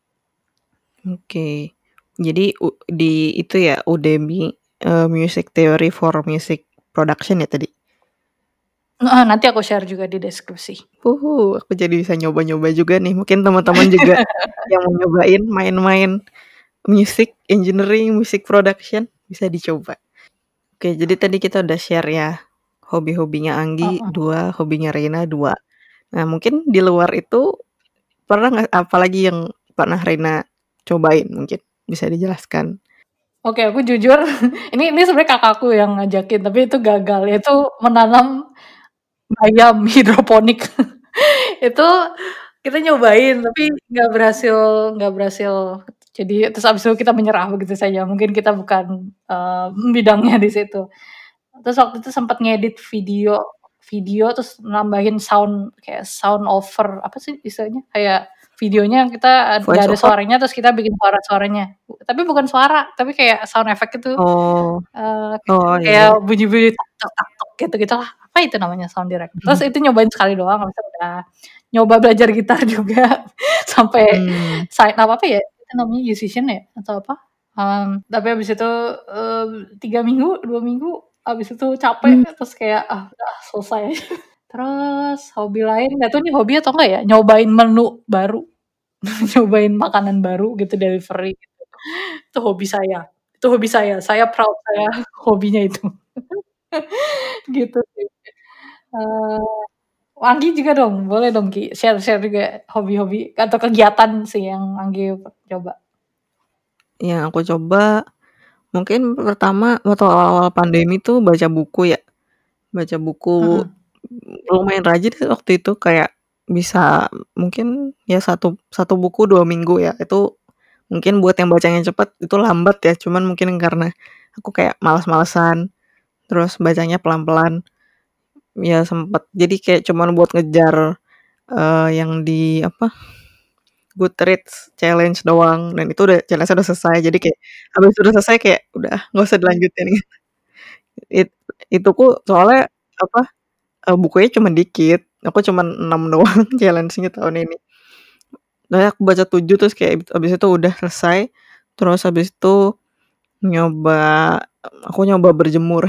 Oke. Jadi u- di itu ya Udemy uh, Music Theory for Music Production ya tadi. Nah, nanti aku share juga di deskripsi. Uhu, aku jadi bisa nyoba-nyoba juga nih. Mungkin teman-teman juga yang mau nyobain main-main music engineering, music production bisa dicoba. Oke, jadi tadi kita udah share ya hobi-hobinya Anggi Uh-uh. dua, hobinya Reina dua. Nah, mungkin di luar itu pernah nggak apalagi yang pernah Reina cobain mungkin bisa dijelaskan. Oke, aku jujur ini ini sebenarnya kakakku yang ngajakin tapi itu gagal. Itu menanam bayam hidroponik. Itu kita nyobain tapi nggak berhasil nggak berhasil. Jadi terus abis itu kita menyerah begitu saja. Mungkin kita bukan uh, bidangnya di situ. Terus waktu itu sempat ngedit video video terus nambahin sound kayak sound over apa sih istilahnya kayak videonya kita Voice nggak ada over? suaranya terus kita bikin suara-suaranya tapi bukan suara tapi kayak sound effect itu Oh, uh, oh kayak iya. bunyi-bunyi tok tok tok tok gitu gitulah apa itu namanya sound direct terus itu nyobain sekali doang habis itu udah nyoba belajar gitar juga sampai Hmm. sign apa apa ya itu namanya musician ya atau apa um, tapi habis itu um, tiga minggu dua minggu habis itu capek Hmm. terus kayak ah udah selesai. Terus hobi lain nggak tahu nih hobi atau enggak ya nyobain menu baru nyobain makanan baru gitu delivery gitu. Itu hobi saya itu hobi saya saya proud saya hobinya itu gitu sih. Uh, Anggi juga dong boleh dong Ki share-share juga hobi-hobi atau kegiatan sih yang Anggi coba. Yang aku coba mungkin pertama waktu awal-awal pandemi tuh baca buku ya. Baca buku Mm-mm. lumayan rajin sih waktu itu kayak bisa mungkin ya satu satu buku dua minggu ya. Itu mungkin buat yang bacanya cepat itu lambat ya. Cuman mungkin karena aku kayak malas-malesan terus bacanya pelan-pelan. Ya sempet jadi kayak cuman buat ngejar uh, yang di apa Goodreads challenge doang dan itu udah challenge udah selesai jadi kayak habis udah selesai kayak udah nggak usah dilanjutin gitu. It, itu ku soalnya apa uh, bukunya cuma dikit aku cuma enam doang challenge-nya tahun ini. Nah aku baca tujuh terus kayak habis itu udah selesai terus habis itu nyoba aku nyoba berjemur.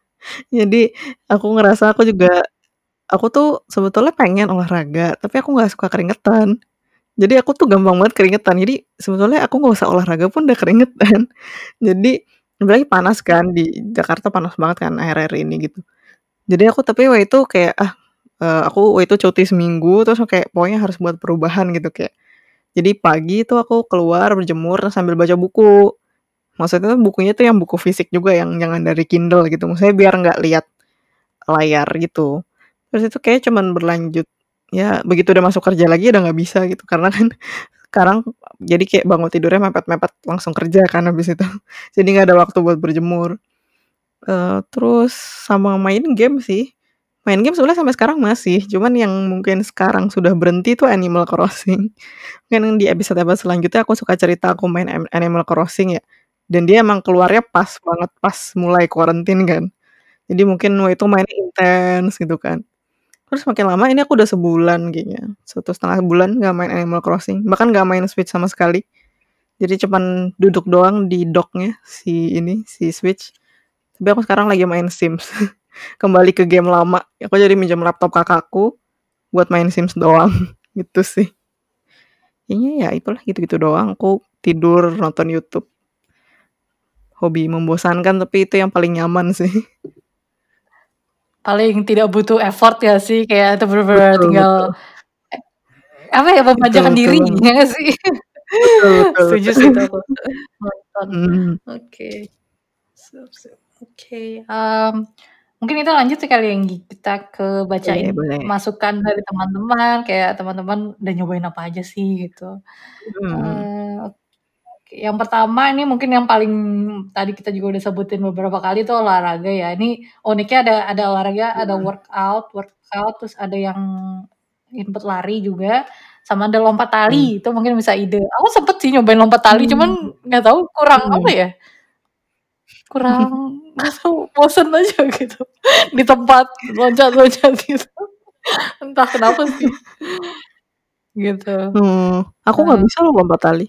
Jadi aku ngerasa aku juga aku tuh sebetulnya pengen olahraga tapi aku nggak suka keringetan. Jadi aku tuh gampang banget keringetan. Jadi sebetulnya aku nggak usah olahraga pun udah keringetan. Jadi apalagi panas kan di Jakarta panas banget kan akhir-akhir ini gitu. Jadi aku tapi waktu itu kayak ah uh, aku waktu itu cuti seminggu terus kayak pokoknya harus buat perubahan gitu kayak. Jadi pagi itu aku keluar berjemur sambil baca buku. Maksudnya tuh bukunya tuh yang buku fisik juga yang jangan dari Kindle gitu. Maksudnya biar nggak lihat layar gitu. Terus itu kayak cuman berlanjut ya begitu udah masuk kerja lagi udah nggak bisa gitu karena kan sekarang jadi kayak bangun tidurnya mepet-mepet langsung kerja kan habis itu. Jadi nggak ada waktu buat berjemur. Uh, terus sama main game sih. Main game sebenarnya sampai sekarang masih, cuman yang mungkin sekarang sudah berhenti tuh Animal Crossing. Mungkin di episode-episode selanjutnya aku suka cerita aku main Animal Crossing ya. Dan dia emang keluarnya pas banget pas mulai quarantine kan. Jadi mungkin waktu itu mainnya intens gitu kan. Terus makin lama ini aku udah sebulan kayaknya. Satu setengah bulan gak main Animal Crossing. Bahkan gak main Switch sama sekali. Jadi cuman duduk doang di docknya si ini, si Switch. Tapi aku sekarang lagi main Sims. Kembali ke game lama. Aku jadi minjem laptop kakakku buat main Sims doang. Gitu sih. Kayaknya ya itulah gitu-gitu doang. Aku tidur, nonton YouTube. Hobi membosankan tapi itu yang paling nyaman sih. Paling tidak butuh effort ya sih kayak itu bener-bener Betul, tinggal betul. apa ya Betul, memanjakan betul diri banget. ya nggak sih? Betul, betul, Setuju betul. sih itu aku nonton. Hmm. Oke. Siap, siap. Oke. Um, mungkin itu lanjut sih kali yang kita ke Boleh bacain boleh. masukan dari teman-teman, kayak teman-teman udah nyobain apa aja sih gitu. Mhm. Eee, oke, yang pertama ini mungkin yang paling tadi kita juga udah sebutin beberapa kali tuh olahraga ya. Ini uniknya ada ada olahraga, ada Mhm. workout workout, terus ada yang input lari juga, sama ada lompat Mmm. tali, itu mungkin bisa ide. Aku sempet sih nyobain lompat tali, cuman Mmm. nggak tahu kurang apa Mhm. ya, kurang nggak tahu, bosen aja gitu, di tempat loncat-loncat gitu. Entah kenapa sih. Gitu. Oh, aku nggak Eee bisa loh lompat tali.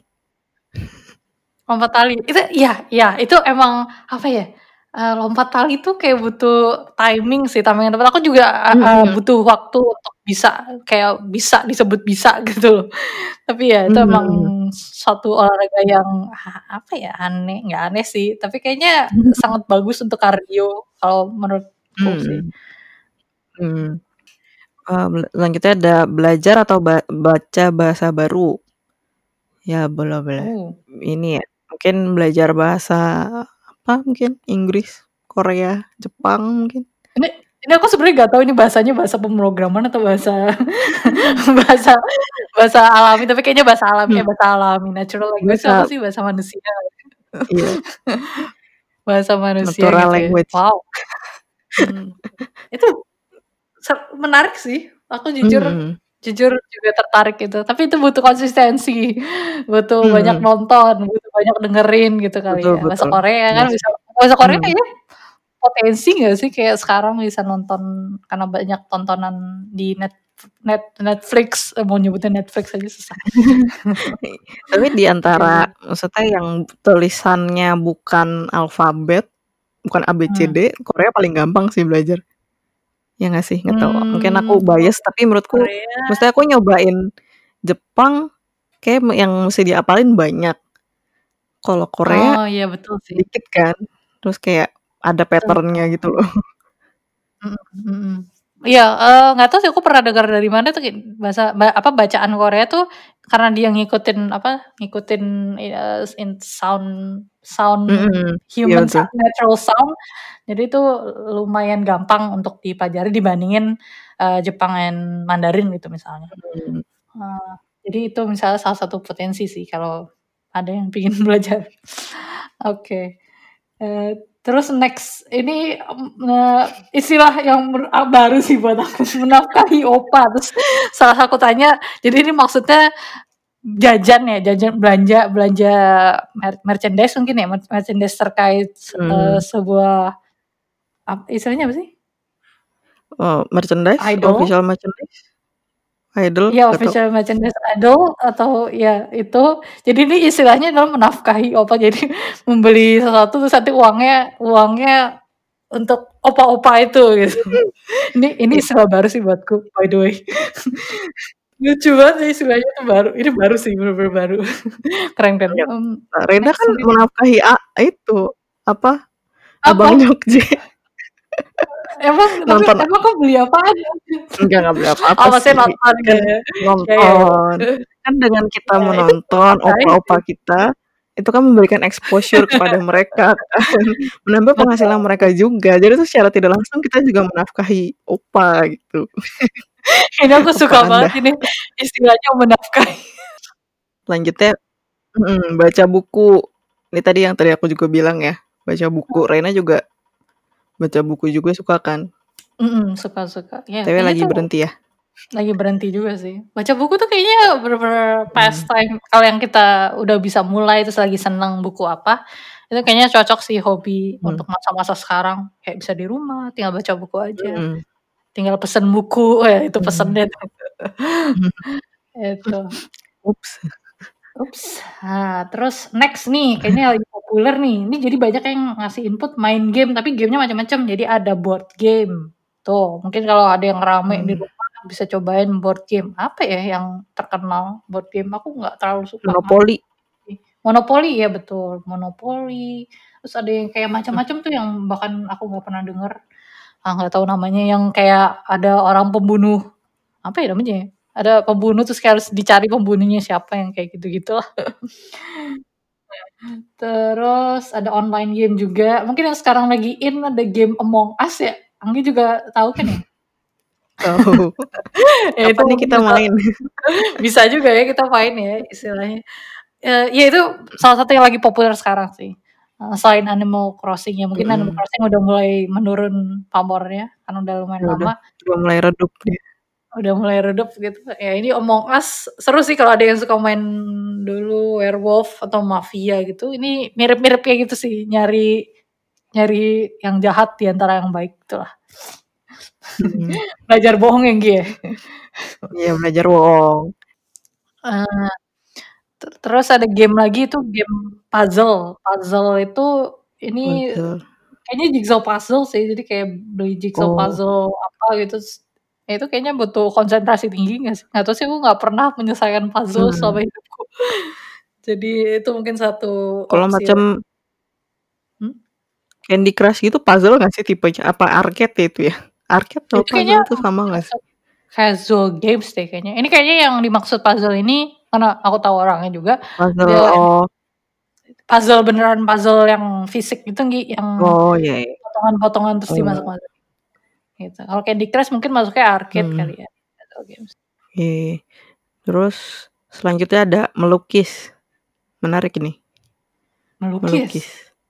Lompat tali, itu iya iya, itu emang apa ya, eee, lompat tali tuh kayak butuh timing sih, timing yang tepat. Aku juga, eee eee, Mhm. butuh waktu untuk bisa, kayak bisa disebut bisa gitu loh. Tapi ya itu emang Mhm. suatu olahraga yang a apa ya, aneh nggak aneh sih, tapi kayaknya sangat bagus untuk kardio kalau menurutku sih. Mhm. Mmm. Eee, bel selanjutnya ada belajar atau ba baca bahasa baru. Ya boleh boleh. Oh. Ini ya, mungkin belajar bahasa apa mungkin, Inggris, Korea, Jepang mungkin. Ini ini aku sebenarnya nggak tahu ini bahasanya bahasa pemrograman atau bahasa bahasa bahasa alami, tapi kayaknya bahasa alami Hmm. eh, bahasa alami, natural language itu apa Bahasa sih? Bahasa manusia kali. Iya. Bahasa manusia Natural gitu ya. language. Wow. Mhm. Itu ser menarik sih, aku jujur Mhm. jujur juga tertarik gitu, tapi itu butuh konsistensi, butuh banyak Mhm. nonton, butuh banyak dengerin gitu kali Betul ya. Bahasa betul. Korea kan Iya bisa sih. bahasa Korea Mhm. kayaknya potensi nggak sih? Kayak sekarang bisa nonton karena banyak tontonan di net net Netflix, eee, mau nyebutin Netflix aja susah. Tapi di antara Gitu. maksudnya yang tulisannya bukan alfabet, bukan A, B, C, Mmm. D, Korea paling gampang sih belajar. Ya nggak sih? Nggak tahu, mungkin Mmm, aku kalau bias, tapi menurutku Korea maksudnya aku nyobain Jepang, kayak me yang mesti dihafalin banyak. Kalau Korea, Oh, iya betul sih. dikit kan, terus kayak ada Betul pattern-nya betul. gitu loh. Mhm mhm. Iya, eee, nggak tahu sih aku pernah dengar dari mana tuh kayak bahasa ba apa, bacaan Korea tuh karena dia ngikutin apa, ngikutin, eee, in sound sound Mhm, iya human betul. sound, natural sound, jadi itu lumayan gampang untuk dipelajari dibandingin, eee, Jepang and Mandarin gitu misalnya. Mhm. Eee, jadi itu misalnya salah satu potensi sih kalau ada yang pengen belajar. Oke. Eee, terus next ini, mmm, eee, istilah yang menur a baru sih buat aku, menafkahi oppa. Terus setelah aku tanya, jadi ini maksudnya jajan ya, jajan belanja belanja mer merchandise mungkin ya, mer merchandise terkait, eee, Mhm. sebuah ap istilahnya apa sih? Oh, merchandise? Idol? Official merchandise? Idol? Iya, Nggak tahu. official merchandise idol atau ya itu, jadi ini istilahnya adalah menafkahi oppa. Jadi membeli sesuatu terus nanti uangnya uangnya untuk oppa-oppa itu gitu. Ini ini I istilah baru sih buatku by the way. Lucu banget sih istilahnya tuh baru, ini baru sih, bener-bener baru. Keren keren, Ingat, mmm, eee, Rena next kan mungkin menafkahi a itu, apa, Abang Apa? Jogja. Emang tapi Nonton emang kau beli apaan? Enggak enggak beli Oh, apa-apa maksudnya sih, nonton kan ya? Ya ya ya. nonton. Kan dengan kita Iya, itu menonton menafkahi oppa-oppa sih. kita, itu kan memberikan exposure kepada mereka kan, menambah penghasilan Betul. mereka juga. Jadi itu secara tidak langsung kita juga menafkahi oppa gitu. Ini aku Oppa suka Anda. banget ini, istilahnya menafkahi. Selanjutnya mhm, baca buku. Ini tadi yang tadi aku juga bilang ya, baca buku. Rena juga baca buku juga suka kan? Mhm, suka suka. Ya Tapi kayaknya lagi tuh berhenti ya? lagi berhenti juga sih. Baca buku tuh kayaknya bener-bener Mmm. pastime kalau yang kita udah bisa mulai terus lagi seneng buku apa, itu kayaknya cocok sih hobi Mmm. untuk masa-masa sekarang. Kayak bisa di rumah, tinggal baca buku aja, Mhm. tinggal pesen buku, eh itu pesen Mmm. deh tuh. Itu. Ups. Ups. Nah, terus next nih, kayaknya lagi populer nih, ini jadi banyak yang ngasih input main game, tapi game-nya macam-macam. Jadi ada board game, tuh mungkin kalau ada yang rame di Mmm. rumah bisa cobain board game. Apa ya yang terkenal board game? Aku nggak terlalu suka main Monopoli. sih. Monopoli, iya betul, monopoli. Terus ada yang kayak Mmm. macam-macam tuh yang bahkan aku nggak pernah denger, ah, nggak tahu namanya, yang kayak ada orang pembunuh, apa ya namanya ya, ada pembunuh terus kayak harus dicari pembunuhnya siapa, yang kayak gitu-gitulah. Terus ada online game juga, mungkin yang sekarang lagi in ada game Among Us ya? Anggi juga tahu kan ya? Tahu. Ya itu Kapan nih kita bisa, main? bisa juga ya kita main ya istilahnya. Uh, ya itu salah satu yang lagi populer sekarang sih. Uh, selain Animal Crossing ya mungkin Animal Mm-mm. Crossing udah mulai menurun pamornya kan udah lumayan Ya lama. udah, udah mulai redup dia. Udah mulai redup gitu. Ya ini Among Us seru sih kalau ada yang suka main dulu Werewolf atau Mafia gitu. Ini mirip-mirip kayak gitu sih, nyari nyari yang jahat di antara yang baik itulah. Hmm. Belajar bohong ya, Gi ya. Iya, belajar bohong. Uh, ter- terus ada game lagi itu game puzzle. Puzzle itu ini Puzzle. kayaknya jigsaw puzzle sih. Jadi kayak beli jigsaw Oh. puzzle apa gitu. Ya itu kayaknya butuh konsentrasi tinggi nggak sih? Nggak tahu sih, aku nggak pernah menyelesaikan puzzle Hmm. selama hidupku. Jadi itu mungkin satu Kalau opsi. macam Hmm? Candy Crush gitu puzzle nggak sih tipenya? Apa arcade ya itu ya? Arcade atau Itu kayaknya puzzle itu sama nggak sih? casual games deh kayaknya. Ini kayaknya yang dimaksud puzzle ini karena aku tahu orangnya juga. Puzzle, Dia oh. Puzzle beneran puzzle yang fisik gitu Gi, yang Oh iya. iya. potongan-potongan terus Oh. dimasuk-masuk. Gitu. Kalau Candy Crush mungkin masuknya arcade Hmm. kali ya. Casual games. Iya. Terus selanjutnya ada melukis. Menarik ini. Melukis. Melukis.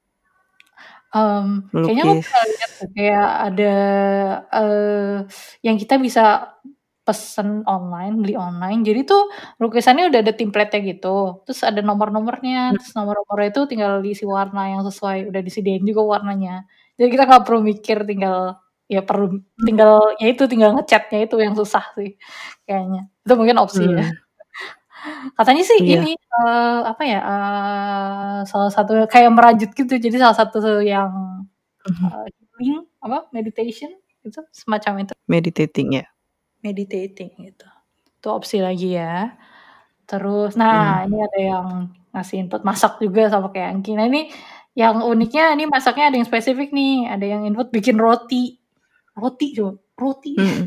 Um, kayaknya aku Melukis. pernah lihat tuh, kayak ada uh, yang kita bisa pesen online, beli online. Jadi tuh lukisannya udah ada template-nya gitu. Terus ada nomor-nomornya. Hmm. Terus nomor-nomornya itu tinggal diisi warna yang sesuai. Udah disediain juga warnanya. Jadi kita nggak perlu mikir, tinggal ya perlu tinggal ya itu tinggal ngecatnya itu yang susah sih kayaknya. Itu mungkin opsi ya. Hmm. Katanya sih Iya. ini uh, apa ya? Uh, salah satu kayak merajut gitu. Jadi salah satu yang uh, healing apa? Meditation gitu, semacam itu. Meditating ya. Meditating gitu. Itu opsi lagi ya. Terus nah, Hmm. ini ada yang ngasih input masak juga sama kayak Anggi. Nah, ini yang uniknya ini masaknya ada yang spesifik nih. Ada yang input bikin roti. Roti coba, roti. Hmm.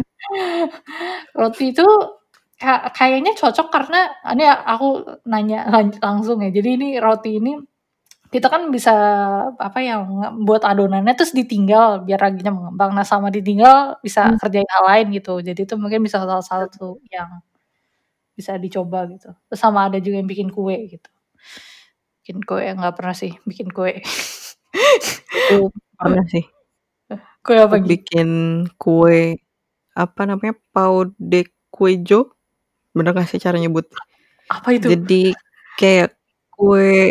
Roti itu ka- kayaknya cocok karena ini aku nanya lan- langsung ya. Jadi ini roti ini kita kan bisa apa ya buat adonannya terus ditinggal biar raginya mengembang. Nah sama ditinggal bisa Hmm. kerjain hal lain gitu. Jadi itu mungkin bisa salah satu yang bisa dicoba gitu. Terus sama ada juga yang bikin kue gitu. Bikin kue yang nggak pernah sih bikin kue. Aku pernah sih. Kue apa Aku gitu? bikin kue apa namanya pau de queijo. Bener gak sih cara nyebut? Apa itu? Jadi kayak kue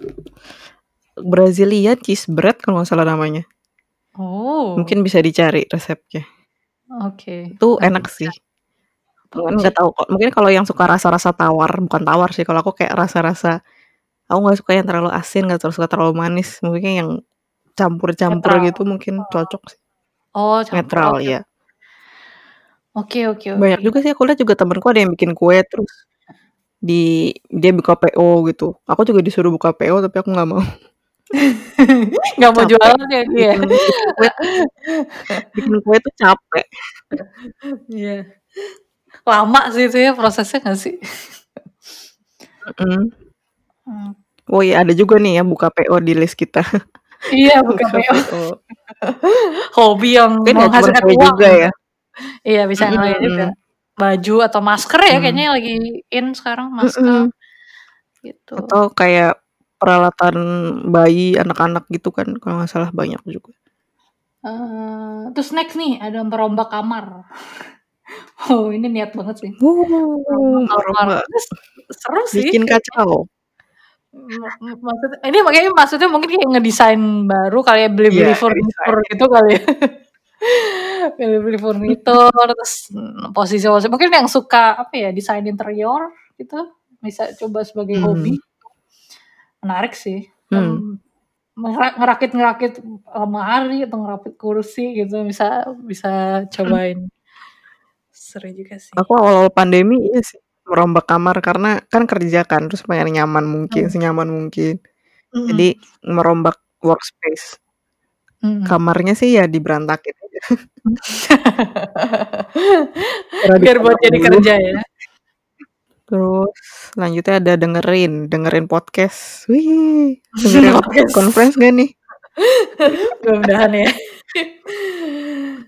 Brazilian cheese bread kalau nggak salah namanya. Oh. Mungkin bisa dicari resepnya. Oke. Itu Nanti enak bisa. sih. Mungkin nggak tahu kok. Mungkin kalau yang suka rasa-rasa tawar, bukan tawar sih. Kalau aku kayak rasa-rasa, aku nggak suka yang terlalu asin, nggak terlalu suka terlalu manis. Mungkin yang campur-campur Netral. gitu mungkin cocok sih. Oh, campur. Netral Oke. ya. Oke oke oke. Banyak juga sih aku lihat juga temanku ada yang bikin kue terus di dia buka P O gitu. Aku juga disuruh buka P O tapi aku nggak mau. Nggak mau Capek. jualan ya dia. Bikin, bikin kue bikin kue tuh capek. Iya. Lama sih itu ya prosesnya nggak sih? Mm. Hmm. Oh iya ada juga nih ya buka P O di list kita. Iya buka P O. P O. Hobi yang Mungkin nggak cuma menghasilkan kue uang juga ya. Iya bisa yang lain juga. Mm-mm. Baju atau masker ya Hmm. kayaknya lagi in sekarang masker. Mm-mm. Gitu. Atau kayak peralatan bayi anak-anak gitu kan kalau nggak salah banyak juga. Uh, terus next nih ada merombak kamar. Oh ini niat banget sih. Wow, Merombak kamar. merombak. Seru sih. Bikin kacau. Maksudnya, ini makanya maksudnya mungkin kayak ngedesain baru kali ya beli-beli Iya, furnitur ngedesain. gitu kali ya. Beli-beli furnitur terus posisi-posisi mungkin yang suka apa ya desain interior gitu bisa coba sebagai Hmm. hobi. Menarik sih. Hmm. Ngerakit-ngerakit lemari atau ngerakit kursi gitu bisa bisa cobain. Seru juga sih. Aku awal pandemi iya sih merombak kamar karena kan kerja kan terus pengen nyaman mungkin, Hmm. senyaman mungkin. Mm-mm. Jadi merombak workspace. Mm-mm. Kamarnya sih ya diberantakin aja. Biar buat jadi kerja ya. Terus lanjutnya ada dengerin, dengerin podcast. Wih, dengerin Podcast. conference gak nih? Mudah-mudahan ya.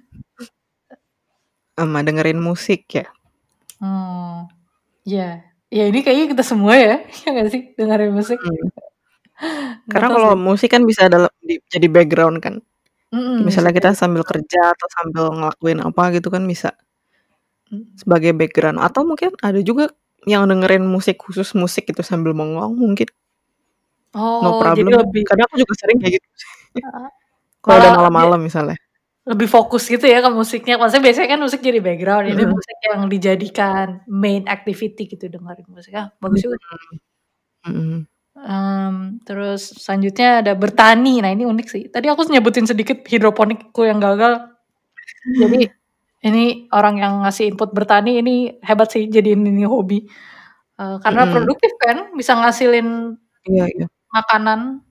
sama dengerin musik ya. Hmm, ya, ya ini kayaknya kita semua ya, ya nggak sih dengerin musik. Hmm. Nggak Karena tahu kalau sih. musik kan bisa dalam di, jadi background kan. Mm-mm, bisa Misalnya kita jadi. sambil kerja atau sambil ngelakuin apa gitu kan bisa sebagai background. Atau mungkin ada juga yang dengerin musik khusus musik itu sambil bengong mungkin. No Oh, jadi problem. lebih. Karena aku juga sering kayak gitu. Uh, Kalau udah malah bi- malam-malam misalnya. lebih fokus gitu ya ke musiknya. Maksudnya biasanya kan musik jadi background, ini Mm-mm. musik yang dijadikan main activity gitu dengerin musik. Ah, bagus juga. Mm-mm. Um, terus selanjutnya ada bertani. Nah ini unik sih. Tadi aku nyebutin sedikit hidroponikku yang gagal. Jadi ini orang yang ngasih input bertani ini hebat sih jadiin ini hobi. Uh, karena Mm-mm. produktif kan, bisa ngasilin Iya, iya. makanan.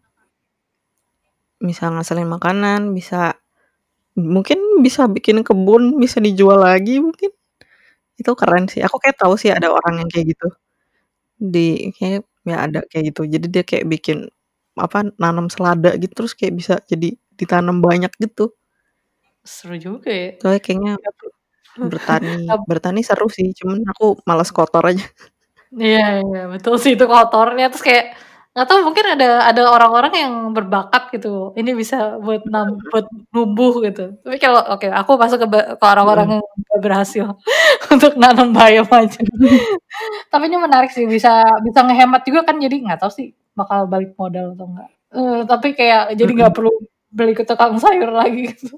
Bisa ngasilin makanan, bisa mungkin bisa bikin kebun, bisa dijual lagi mungkin. Itu keren sih. Aku kayak tahu sih ada orang yang kayak gitu. Di kayak ya ada kayak gitu. Jadi dia kayak bikin apa nanam selada gitu terus kayak bisa jadi ditanam banyak gitu. Seru juga ya. Soalnya kayaknya bertani, bertani seru sih, cuman aku malas kotor aja. Iya, iya, betul sih itu kotornya terus kayak nggak tahu mungkin ada ada orang-orang yang berbakat gitu. Ini bisa buat nam buat numbuh gitu. Tapi kalau oke, aku masuk ke ba ke orang-orang Mhm. yang nggak berhasil untuk nanam bayam aja. Tapi ini menarik sih bisa bisa ngehemat juga kan jadi nggak tahu sih bakal balik modal atau enggak. Eee, tapi kayak jadi nggak Mhm. perlu beli ke tukang sayur lagi gitu.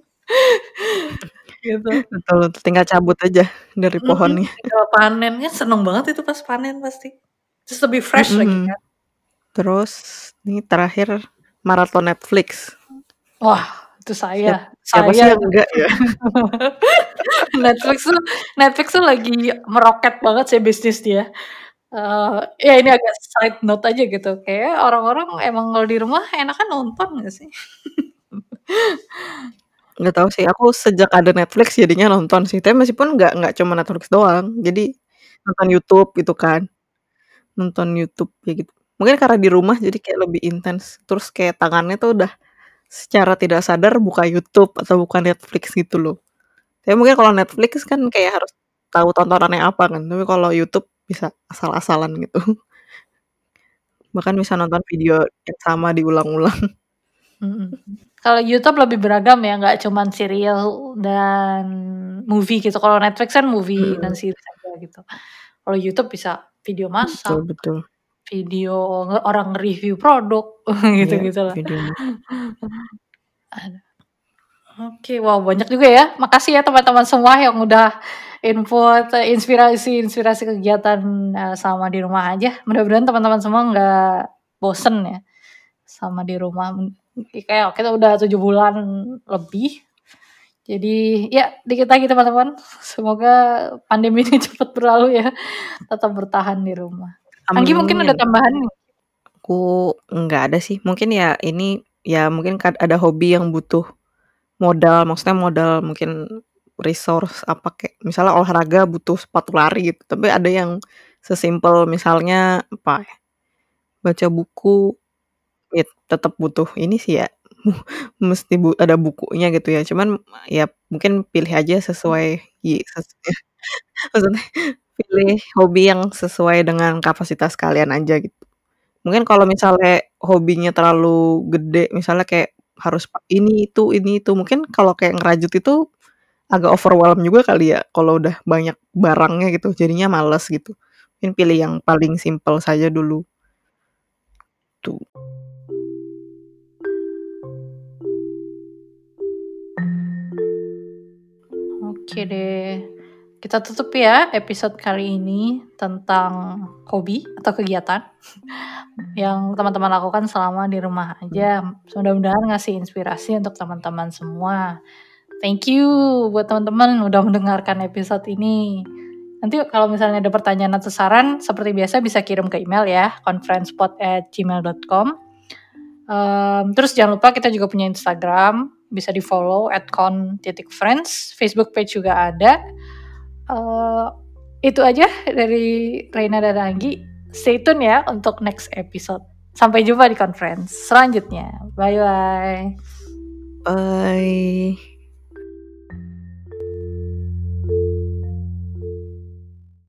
Gitu. Betul, tinggal cabut aja dari Mhm, pohonnya. tinggal panen, kan seneng banget itu pas panen pasti. Terus lebih fresh lagi Mhm. kan. Terus ini terakhir maraton Netflix. Wah, itu Siap saya siapa saya sih yang itu. enggak ya? Netflix tuh Netflix tuh lagi meroket banget sih bisnis dia. Eee, ya ini agak side note aja gitu, kayaknya orang-orang emang kalau di rumah enakan nonton nggak sih? Nggak tahu sih, aku sejak ada Netflix jadinya nonton sih, tapi meskipun nggak nggak cuma Netflix doang, jadi nonton YouTube gitu kan, nonton YouTube kayak gitu. Mungkin karena di rumah jadi kayak lebih intens, terus kayak tangannya tuh udah secara tidak sadar buka YouTube atau buka Netflix gitu loh. Tapi mungkin kalau Netflix kan kayak harus tahu tontonannya apa kan, tapi kalau YouTube bisa asal-asalan gitu. Bahkan bisa nonton video yang sama diulang-ulang. Mhm. Kalau YouTube lebih beragam ya, nggak cuman serial dan movie gitu. Kalau Netflix kan movie dan Mhm. series aja gitu. Kalau YouTube bisa video Betul, masak, betul. video nge orang nge-review produk, Iya, gitu-gitulah. video Aduh. Oke, wow banyak juga ya. Makasih ya teman-teman semua yang udah input, eee, inspirasi-inspirasi kegiatan, eee, sama di rumah aja. Mudah-mudahan teman-teman semua nggak bosen ya sama di rumah. Mmm, kayak kita udah tujuh bulan lebih. Jadi ya dikit lagi teman-teman. Semoga pandemi ini cepat berlalu ya. Tetap bertahan di rumah. Anggi mungkin ada Amin. tambahan nih? Aku nggak ada sih, mungkin ya ini, ya mungkin kad ada hobi yang butuh modal, maksudnya modal mungkin resource apa kayak misalnya olahraga butuh sepatu lari gitu, tapi ada yang sesimpel misalnya apa ya, baca buku, ya tetap butuh ini sih ya, mesti bu ada bukunya gitu ya, cuman ya mungkin pilih aja sesuai i ses maksudnya pilih hobi yang sesuai dengan kapasitas kalian aja gitu. Mungkin kalau misalnya hobinya terlalu gede, misalnya kayak harus pa ini, itu ini, itu, mungkin kalau kayak ngerajut itu agak overwhelm juga kali ya, kalau udah banyak barangnya gitu, jadinya males gitu. Mungkin pilih yang paling simpel saja dulu. Tuh. Oke deh. Kita tutup ya episode kali ini tentang hobi atau kegiatan yang teman-teman lakukan selama di rumah aja. Mudah-mudahan ngasih inspirasi untuk teman-teman semua. Thank you buat teman-teman udah mendengarkan episode ini. Nanti kalau misalnya ada pertanyaan atau saran, seperti biasa bisa kirim ke email ya, conferencepod at gmail dot com. Um, terus jangan lupa kita juga punya Instagram, bisa di follow at con titik friends, Facebook page juga ada. Uh, itu aja dari Reina dan Anggi. Stay tune ya untuk next episode. Sampai jumpa di conference selanjutnya. Bye bye. Bye.